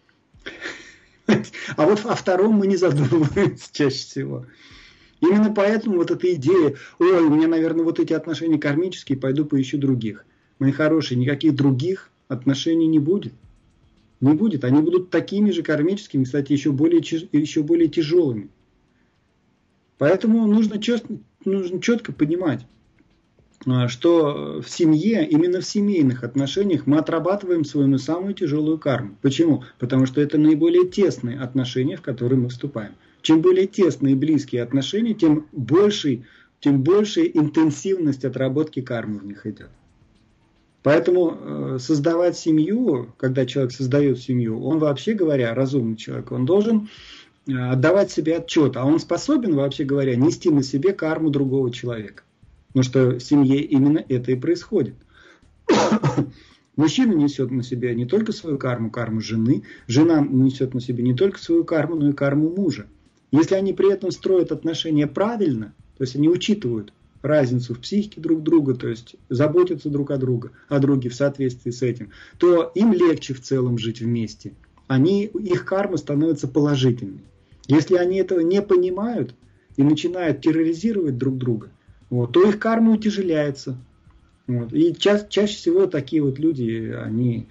А вот о втором мы не задумываемся чаще всего. Именно поэтому вот эта идея, у меня, наверное, вот эти отношения кармические, пойду поищу других. Мои хорошие, никаких других отношений не будет. Не будет. Они будут такими же кармическими, кстати, еще более тяжелыми. Поэтому нужно четко понимать, что в семье, именно в семейных отношениях мы отрабатываем свою самую тяжелую карму. Почему? Потому что это наиболее тесные отношения, в которые мы вступаем. Чем более тесные и близкие отношения, тем большая интенсивность отработки кармы в них идет. Поэтому создавать семью, когда человек создает семью, он вообще говоря, разумный человек, он должен отдавать себе отчет, а он способен, вообще говоря, нести на себе карму другого человека. Потому что в семье именно это и происходит. Мужчина несет на себя не только свою карму, карму жены. Жена несет на себе не только свою карму, но и карму мужа. Если они при этом строят отношения правильно, то есть они учитывают разницу в психике друг друга, то есть заботятся друг о друге в соответствии с этим, то им легче в целом жить вместе. Их карма становится положительной. Если они этого не понимают и начинают терроризировать друг друга, то их карма утяжеляется. И чаще всего такие вот люди, они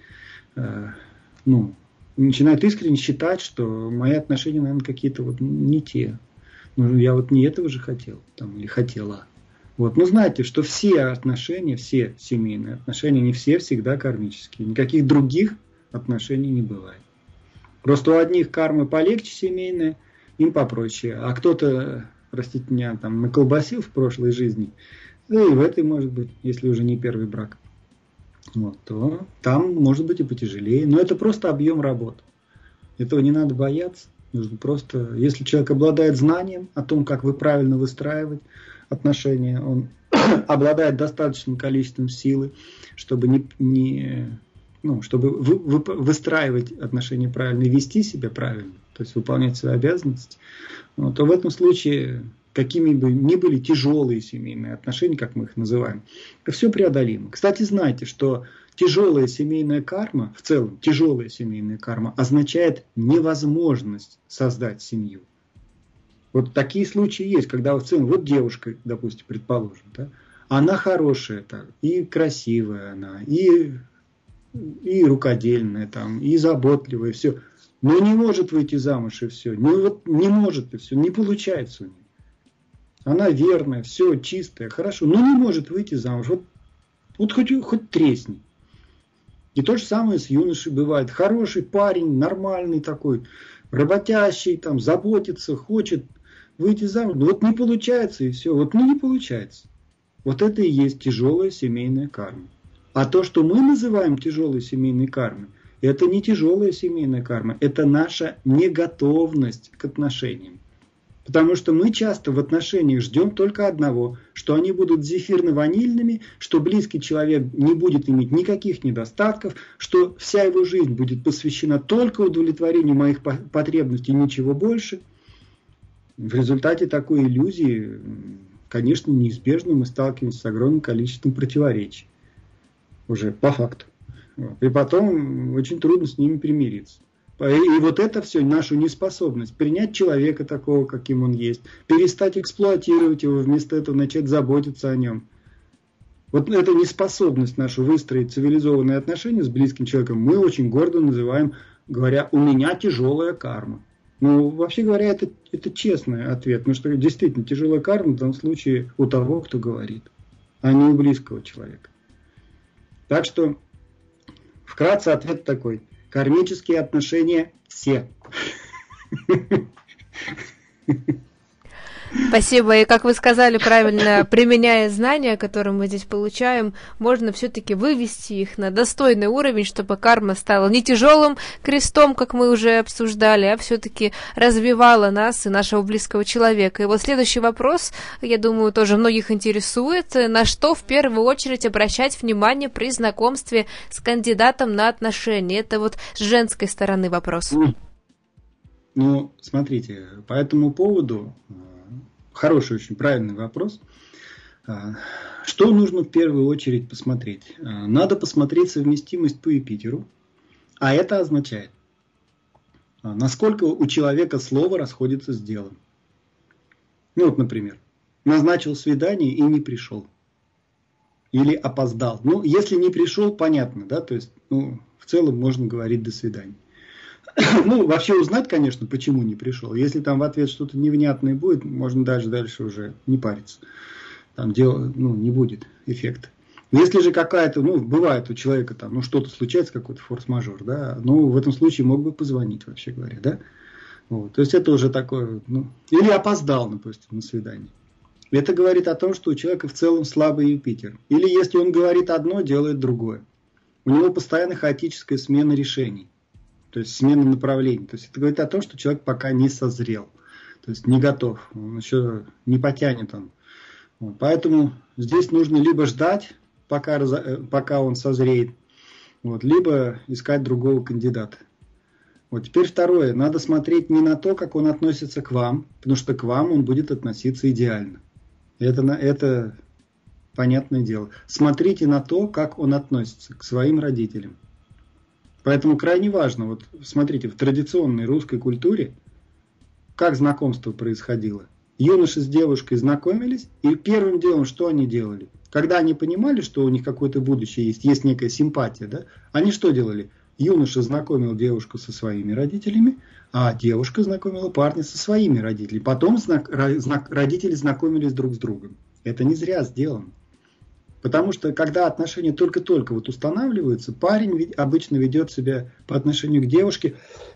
начинают искренне считать, что мои отношения, наверное, какие-то не те. Я не этого же хотел или хотела. Но знаете, что все отношения, все семейные отношения, не все всегда кармические. Никаких других отношений не бывает. Просто у одних кармы полегче семейная, им попроще. А кто-то, простите меня, наколбасил в прошлой жизни, и в этой, может быть, если уже не первый брак, то там может быть и потяжелее. Но это просто объем работ. Этого не надо бояться. Нужно просто, если человек обладает знанием о том, как вы правильно выстраивать отношения, он обладает достаточным количеством силы, чтобы чтобы выстраивать отношения правильно и вести себя правильно, то есть выполнять свои обязанности, то в этом случае, какими бы ни были тяжелые семейные отношения, как мы их называем, это все преодолимо. Кстати, знайте, что тяжелая семейная карма, в целом тяжелая семейная карма означает невозможность создать семью. Вот такие случаи есть, когда в целом, девушка, допустим, предположим, она хорошая, и красивая она, и и рукодельная, там, и заботливая, все. Но не может выйти замуж, и все. Ну вот не может, и все. Не получается у нее. Она верная, все чистая, хорошо, но не может выйти замуж. Вот хоть тресни. И то же самое с юношей бывает. Хороший парень, нормальный такой, работящий, там, заботится, хочет выйти замуж. Но вот не получается, и все. Вот не получается. Вот это и есть тяжелая семейная карма. А то, что мы называем тяжелой семейной кармой, это не тяжелая семейная карма, это наша неготовность к отношениям. Потому что мы часто в отношениях ждем только одного, что они будут зефирно-ванильными, что близкий человек не будет иметь никаких недостатков, что вся его жизнь будет посвящена только удовлетворению моих потребностей и ничего больше. В результате такой иллюзии, конечно, неизбежно мы сталкиваемся с огромным количеством противоречий. Уже по факту. И потом очень трудно с ними примириться. И вот это все, нашу неспособность принять человека такого, каким он есть, перестать эксплуатировать его, вместо этого начать заботиться о нем. Вот эту неспособность нашу выстроить цивилизованные отношения с близким человеком мы очень гордо называем, говоря, у меня тяжелая карма. Ну, вообще говоря, это честный ответ, потому что действительно тяжелая карма в данном случае у того, кто говорит, а не у близкого человека. Так что, вкратце ответ такой. Кармические отношения все. Спасибо. И как вы сказали правильно, применяя знания, которые мы здесь получаем, можно все-таки вывести их на достойный уровень, чтобы карма стала не тяжелым крестом, как мы уже обсуждали, а все-таки развивала нас и нашего близкого человека. И вот следующий вопрос, я думаю, тоже многих интересует. На что в первую очередь обращать внимание при знакомстве с кандидатом на отношения? Это вот с женской стороны вопрос. Ну, смотрите, по этому поводу... Хороший, очень правильный вопрос. Что нужно в первую очередь посмотреть? Надо посмотреть совместимость по Юпитеру. А это означает, насколько у человека слово расходится с делом. Ну вот, например, назначил свидание и не пришел. Или опоздал. Ну, если не пришел, понятно, да? То есть, в целом можно говорить «до свидания». Ну, вообще узнать, конечно, почему не пришел. Если там в ответ что-то невнятное будет, можно дальше уже не париться. Там дело, не будет эффекта. Если же какая-то, бывает у человека там, что-то случается, какой-то форс-мажор, да, в этом случае мог бы позвонить, вообще говоря, да. Вот. То есть это уже такое, или опоздал, допустим, на свидание. Это говорит о том, что у человека в целом слабый Юпитер. Или если он говорит одно, делает другое. У него постоянно хаотическая смена решений. То есть смена направлений. То есть это говорит о том, что человек пока не созрел. То есть не готов. Он еще не потянет он. Вот. Поэтому здесь нужно либо ждать, пока он созреет, либо искать другого кандидата. Вот. Теперь второе. Надо смотреть не на то, как он относится к вам, потому что к вам он будет относиться идеально. Это понятное дело. Смотрите на то, как он относится к своим родителям. Поэтому крайне важно, смотрите, в традиционной русской культуре, как знакомство происходило. Юноши с девушкой знакомились, и первым делом, что они делали? Когда они понимали, что у них какое-то будущее есть некая симпатия, да, они что делали? Юноша знакомил девушку со своими родителями, а девушка знакомила парня со своими родителями. Потом родители знакомились друг с другом. Это не зря сделано. Потому что, когда отношения только-только устанавливаются, парень обычно ведет себя по отношению к девушке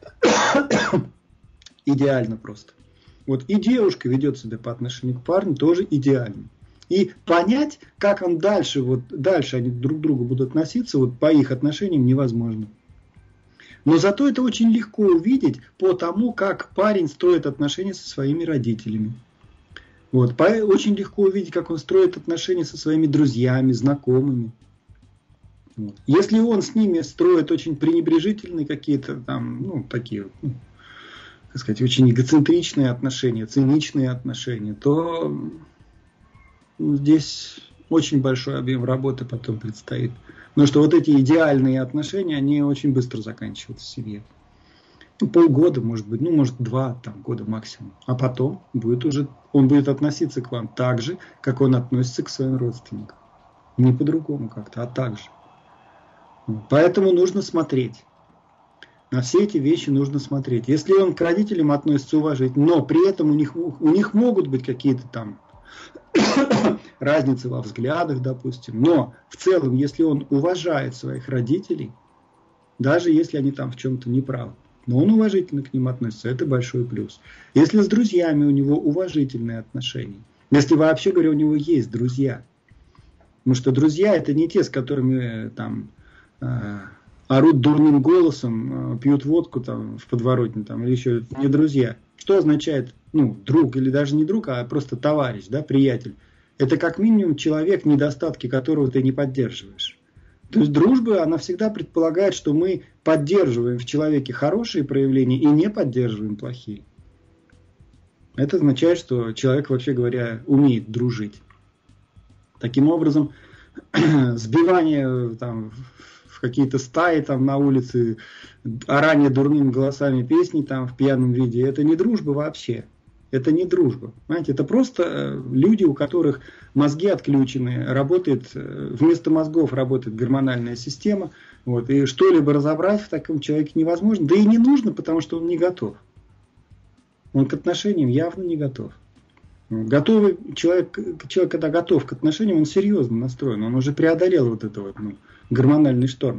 идеально просто. И девушка ведет себя по отношению к парню тоже идеально. И понять, как он дальше они друг к другу будут относиться, по их отношениям невозможно. Но зато это очень легко увидеть по тому, как парень строит отношения со своими родителями. Очень легко увидеть, как он строит отношения со своими друзьями, знакомыми. Если он с ними строит очень пренебрежительные какие-то там, такие, так сказать, очень эгоцентричные отношения, циничные отношения, то здесь очень большой объем работы потом предстоит. Потому что эти идеальные отношения, они очень быстро заканчиваются в семье. Полгода, может быть, может 2 года максимум. А потом он будет относиться к вам так же, как он относится к своим родственникам. Не по-другому как-то, а так же. Поэтому нужно смотреть. На все эти вещи нужно смотреть. Если он к родителям относится уважительно, но при этом у них могут быть какие-то там разницы во взглядах, допустим. Но в целом, если он уважает своих родителей, даже если они там в чем-то неправы, но он уважительно к ним относится, это большой плюс. Если с друзьями у него уважительные отношения, если вообще говоря, у него есть друзья, потому что друзья это не те, с которыми там орут дурным голосом, пьют водку там в подворотне там, или еще не друзья. Что означает друг или даже не друг, а просто товарищ, да, приятель? Это как минимум человек, недостатки которого ты не поддерживаешь. То есть дружба, она всегда предполагает, что мы поддерживаем в человеке хорошие проявления и не поддерживаем плохие. Это означает, что человек, вообще говоря, умеет дружить. Таким образом, сбивание там, в какие-то стаи там, на улице, орание дурными голосами песни там, в пьяном виде, это не дружба вообще. Это не дружба. Понимаете? Это просто люди, у которых мозги отключены, работает, вместо мозгов работает гормональная система. Вот, и что-либо разобрать в таком человеке невозможно. Да и не нужно, потому что он не готов. Он к отношениям явно не готов. Готовый человек, когда готов к отношениям, он серьезно настроен. Он уже преодолел вот этот вот, гормональный шторм.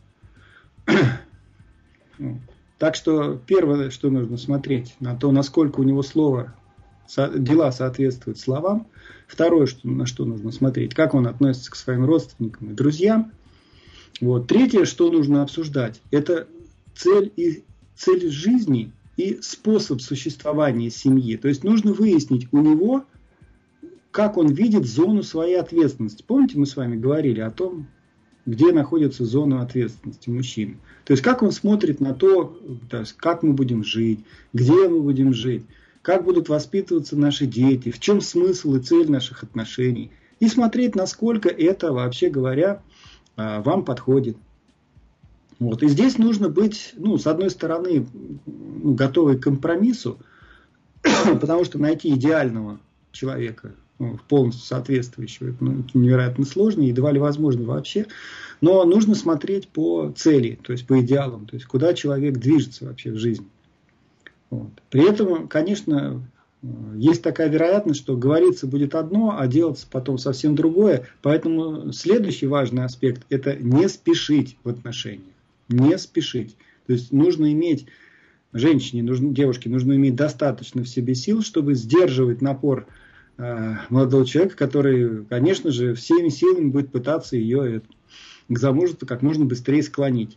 Так что первое, что нужно смотреть, на то, насколько у него дела соответствуют словам. Второе, на что нужно смотреть, как он относится к своим родственникам и друзьям. Вот. Третье, что нужно обсуждать, это цель жизни и способ существования семьи. То есть нужно выяснить у него, как он видит зону своей ответственности. Помните, мы с вами говорили о том, где находится зона ответственности мужчины. То есть, как он смотрит на то, как мы будем жить, где мы будем жить, как будут воспитываться наши дети, в чем смысл и цель наших отношений. И смотреть, насколько это, вообще говоря, вам подходит. Вот. И здесь нужно быть, с одной стороны, готовы к компромиссу, потому что найти идеального человека, полностью соответствующего, это невероятно сложно, едва ли возможно вообще. Но нужно смотреть по цели, то есть по идеалам, то есть куда человек движется вообще в жизни. Вот. При этом, конечно, есть такая вероятность, что говориться будет одно, а делаться потом совсем другое. Поэтому следующий важный аспект – это не спешить в отношениях. Не спешить. То есть нужно иметь, девушке нужно иметь достаточно в себе сил, чтобы сдерживать напор молодого человека, который, конечно же, всеми силами будет пытаться ее к замужеству как можно быстрее склонить.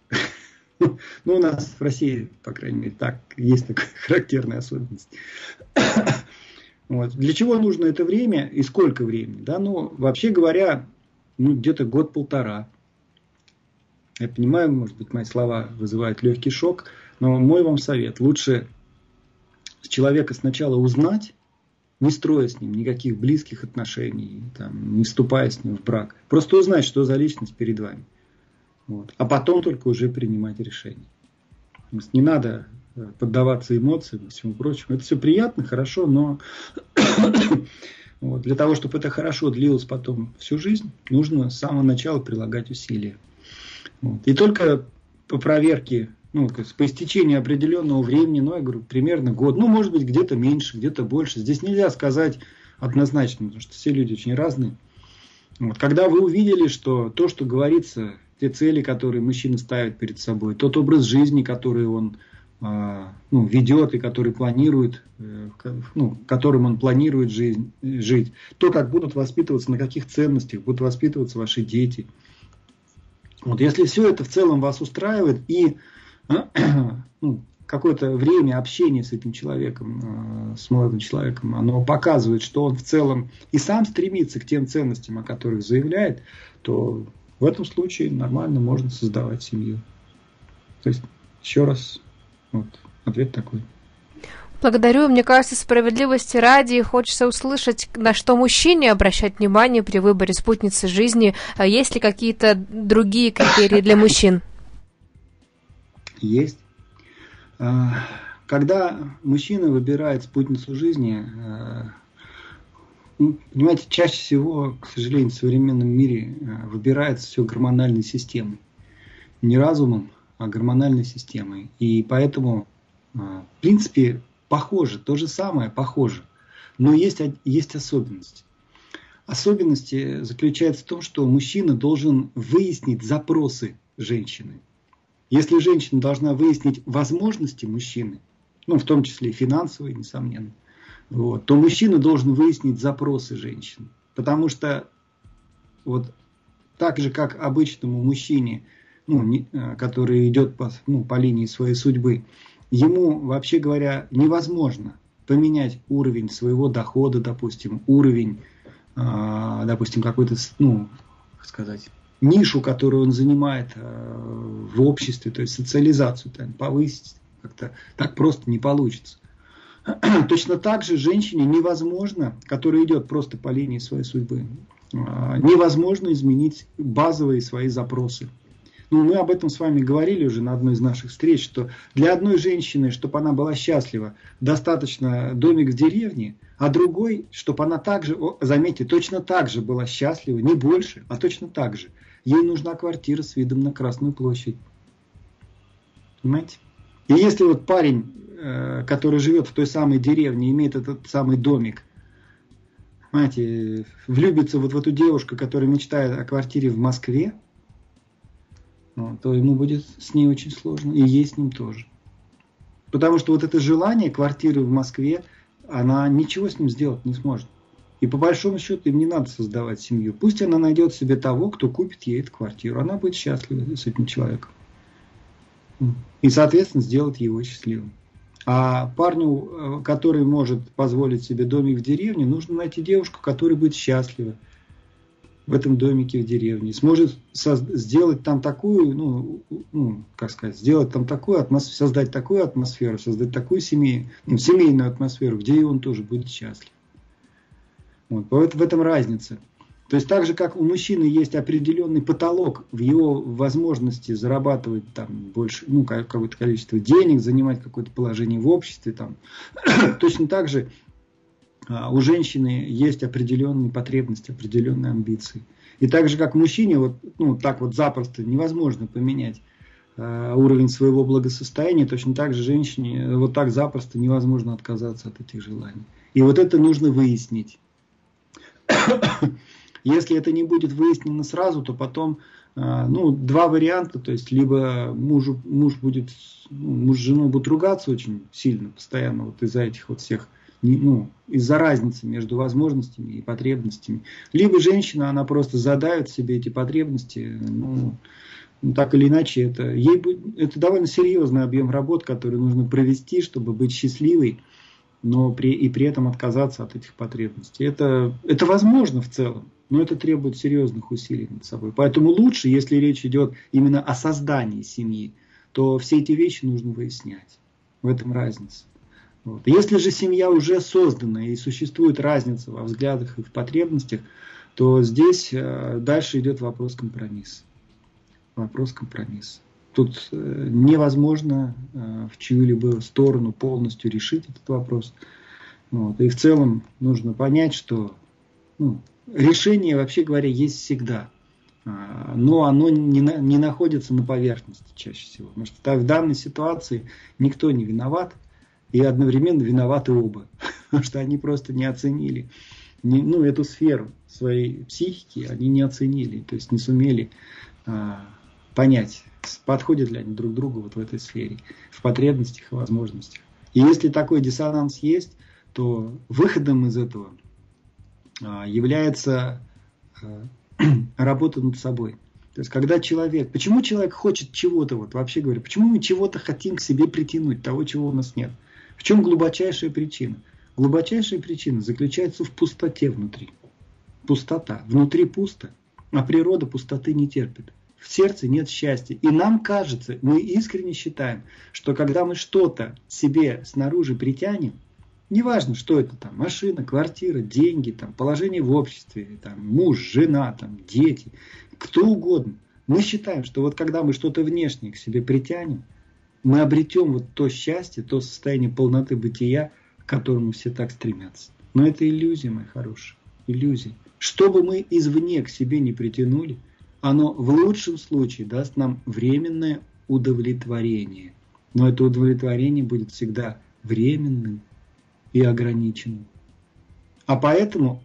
У нас в России, по крайней мере, есть такая характерная особенность. Вот. Для чего нужно это время и сколько времени? Вообще говоря, где-то год-полтора. Я понимаю, может быть, мои слова вызывают легкий шок, но мой вам совет. Лучше человека сначала узнать, не строя с ним никаких близких отношений, не вступая с ним в брак. Просто узнать, что за личность перед вами. Вот. А потом только уже принимать решение. Не надо поддаваться эмоциям и всему прочему. Это все приятно, хорошо, но для того, чтобы это хорошо длилось потом всю жизнь, нужно с самого начала прилагать усилия. Вот. И только по проверке, по истечении определенного времени, я говорю, примерно год, может быть, где-то меньше, где-то больше. Здесь нельзя сказать однозначно, потому что все люди очень разные. Вот. Когда вы увидели, что то, что говорится, те цели, которые мужчина ставит перед собой, тот образ жизни, который он ведет и который планирует, которым он планирует жить, то, как будут воспитываться, на каких ценностях будут воспитываться ваши дети. Вот, если все это в целом вас устраивает и какое-то время общения с этим человеком, с молодым человеком, оно показывает, что он в целом и сам стремится к тем ценностям, о которых заявляет, то в этом случае нормально можно создавать семью. То есть, еще раз, ответ такой. Благодарю. Мне кажется, справедливости ради хочется услышать, на что мужчине обращать внимание при выборе спутницы жизни. Есть ли какие-то другие критерии для мужчин? Есть. Когда мужчина выбирает спутницу жизни, понимаете, чаще всего, к сожалению, в современном мире выбирается все гормональной системой. не разумом, а гормональной системой. И поэтому, в принципе, похоже, то же самое похоже. Но есть особенность. Особенность заключается в том, что мужчина должен выяснить запросы женщины. Если женщина должна выяснить возможности мужчины, ну, в том числе и финансовые, несомненно, вот, то мужчина должен выяснить запросы женщины. Потому что вот так же, как обычному мужчине, который идет по линии своей судьбы, ему, вообще говоря, невозможно поменять уровень своего дохода, допустим, уровень, допустим, какой-то, нишу, которую он занимает в обществе, то есть социализацию повысить как-то так просто не получится. Точно так же женщине невозможно, которая идет просто по линии своей судьбы, невозможно изменить базовые свои запросы. Мы об этом с вами говорили уже на одной из наших встреч, что для одной женщины, чтобы она была счастлива, достаточно домик в деревне, а другой, чтобы она также, заметьте, точно так же была счастлива, не больше, а точно так же. Ей нужна квартира с видом на Красную площадь. Понимаете? И если вот парень, который живет в той самой деревне, имеет этот самый домик, понимаете, влюбится вот в эту девушку, которая мечтает о квартире в Москве, то ему будет с ней очень сложно, и ей с ним тоже. Потому что вот это желание квартиры в Москве, она ничего с ним сделать не сможет. И по большому счету им не надо создавать семью. Пусть она найдет себе того, кто купит ей эту квартиру. Она будет счастлива с этим человеком. И, соответственно, сделает его счастливым. А парню, который может позволить себе домик в деревне, нужно найти девушку, которая будет счастлива в этом домике в деревне. Сможет сделать там такую, сделать там такую атмосферу, создать такую атмосферу, создать такую семейную атмосферу, где и он тоже будет счастлив. Вот в этом разница. То есть так же, как у мужчины есть определенный потолок в его возможности зарабатывать там больше, какое-то количество денег, занимать какое-то положение в обществе, там, точно так же у женщины есть определенные потребности, определенные амбиции. И так же, как мужчине, так вот запросто невозможно поменять уровень своего благосостояния, точно так же женщине вот так запросто невозможно отказаться от этих желаний. И вот это нужно выяснить. Если это не будет выяснено сразу, то потом, два варианта, то есть либо муж с женой будут ругаться очень сильно, постоянно вот из-за этих вот всех, из-за разницы между возможностями и потребностями, либо женщина, она просто задает себе эти потребности, так или иначе, это довольно серьезный объем работ, который нужно провести, чтобы быть счастливой, но при этом отказаться от этих потребностей. Это возможно в целом, но это требует серьезных усилий над собой. Поэтому лучше, если речь идет именно о создании семьи, то все эти вещи нужно выяснять. В этом разница. Вот. Если же семья уже создана и существует разница во взглядах и в потребностях, то здесь дальше идет вопрос компромисса. Вопрос компромисса. Тут невозможно в чью-либо сторону полностью решить этот вопрос. Вот. И в целом нужно понять, что решение, вообще говоря, есть всегда. Но оно не находится на поверхности чаще всего. Потому что в данной ситуации никто не виноват. И одновременно виноваты оба. Потому что они просто не оценили эту сферу своей психики. Они не оценили. То есть не сумели понять, подходят ли они друг другу вот в этой сфере, в потребностях и возможностях. И если такой диссонанс есть, то выходом из этого является работа над собой. То есть когда почему человек хочет чего-то, вообще говоря, почему мы чего-то хотим к себе притянуть, того, чего у нас нет? В чем глубочайшая причина? Глубочайшая причина заключается в пустоте внутри. Пустота. Внутри пусто, а природа пустоты не терпит. В сердце нет счастья. И нам кажется, мы искренне считаем, что когда мы что-то себе снаружи притянем, неважно, что это там, машина, квартира, деньги, там, положение в обществе, там, муж, жена, там, дети, кто угодно. Мы считаем, что вот когда мы что-то внешнее к себе притянем, мы обретем вот то счастье, то состояние полноты бытия, к которому все так стремятся. Но это иллюзия, мои хорошие, иллюзия. Что бы мы извне к себе не притянули, оно в лучшем случае даст нам временное удовлетворение. Но это удовлетворение будет всегда временным и ограниченным. А поэтому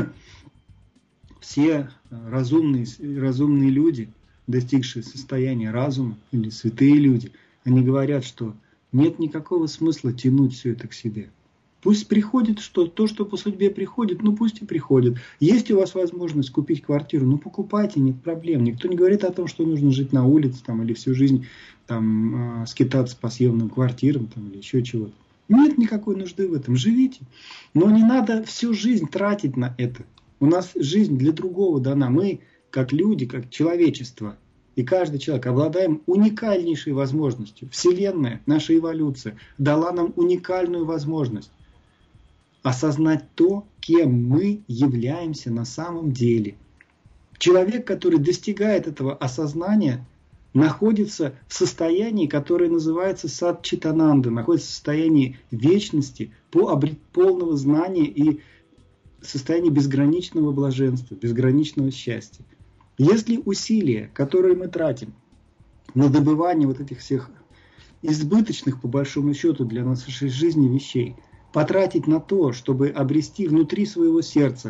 все разумные люди, достигшие состояния разума, или святые люди, они говорят, что нет никакого смысла тянуть все это к себе. Пусть приходит то, что по судьбе приходит, ну пусть и приходит. Есть у вас возможность купить квартиру, ну покупайте, нет проблем. Никто не говорит о том, что нужно жить на улице там, или всю жизнь там, скитаться по съемным квартирам там, или еще чего-то. Нет никакой нужды в этом, живите. Но не надо всю жизнь тратить на это. У нас жизнь для другого дана. Мы, как люди, как человечество, и каждый человек обладаем уникальнейшей возможностью. Вселенная, наша эволюция, дала нам уникальную возможность осознать то, кем мы являемся на самом деле. Человек, который достигает этого осознания, находится в состоянии, которое называется садчитананда, находится в состоянии вечности, полного знания и состоянии безграничного блаженства, безграничного счастья. Если усилия, которые мы тратим на добывание вот этих всех избыточных, по большому счету, для нашей жизни вещей, потратить на то, чтобы обрести внутри своего сердца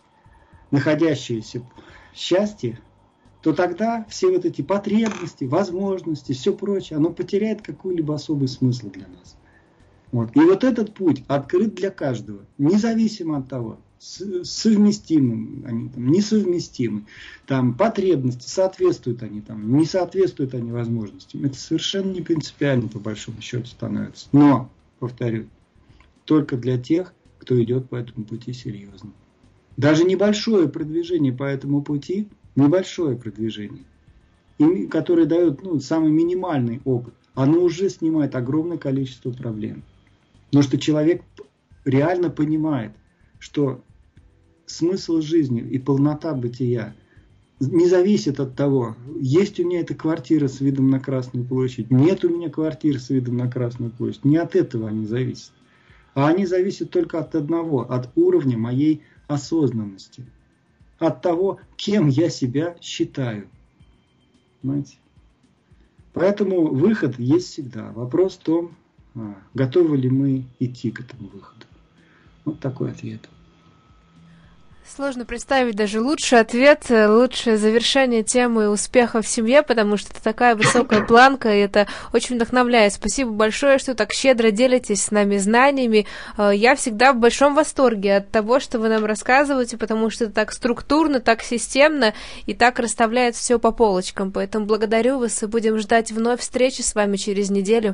находящееся счастье, то тогда все вот эти потребности, возможности, все прочее, оно потеряет какой-либо особый смысл для нас. Вот. И вот этот путь открыт для каждого, независимо от того, совместимы они, там, несовместимы, там, потребности, соответствуют они, там, не соответствуют они возможностям. Это совершенно не принципиально, по большому счету, становится. Но, повторю, только для тех, кто идет по этому пути серьезно. Даже небольшое продвижение по этому пути, небольшое продвижение, которое дает самый минимальный опыт, оно уже снимает огромное количество проблем. Потому что человек реально понимает, что смысл жизни и полнота бытия не зависит от того, есть у меня эта квартира с видом на Красную площадь, нет у меня квартиры с видом на Красную площадь. Не от этого они зависят. А они зависят только от одного, от уровня моей осознанности. От того, кем я себя считаю. Понимаете? Поэтому выход есть всегда. Вопрос в том, готовы ли мы идти к этому выходу. Вот такой ответ. Сложно представить даже лучший ответ, лучшее завершение темы успеха в семье, потому что это такая высокая планка, и это очень вдохновляет. Спасибо большое, что так щедро делитесь с нами знаниями. Я всегда в большом восторге от того, что вы нам рассказываете, потому что это так структурно, так системно и так расставляет все по полочкам. Поэтому благодарю вас и будем ждать вновь встречи с вами через неделю.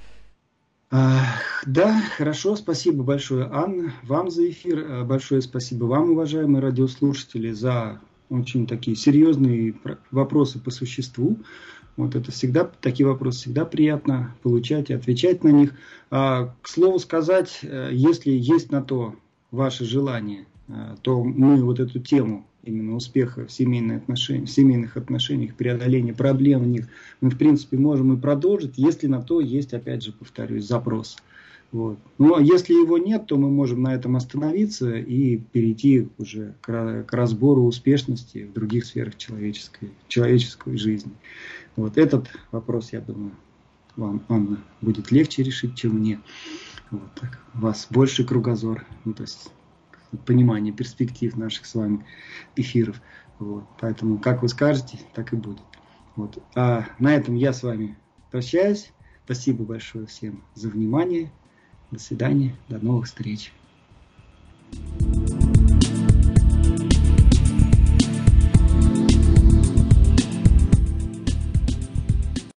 Да, хорошо, спасибо большое, Анна, вам за эфир, большое спасибо вам, уважаемые радиослушатели, за очень такие серьезные вопросы по существу. Вот это всегда, такие вопросы всегда приятно получать и отвечать на них. К слову сказать, если есть на то ваше желание, то мы вот эту тему именно успеха в семейных отношениях, преодоления проблем в них, мы, в принципе, можем и продолжить, если на то есть, опять же, повторюсь, запрос. Вот. Но если его нет, то мы можем на этом остановиться и перейти уже к разбору успешности в других сферах человеческой жизни. Вот этот вопрос, я думаю, вам, Анна, будет легче решить, чем мне. Вот так. У вас больше кругозор, то есть понимание перспектив наших с вами эфиров. Вот. Поэтому, как вы скажете, так и будет. Вот. А на этом я с вами прощаюсь. Спасибо большое всем за внимание. До свидания. До новых встреч.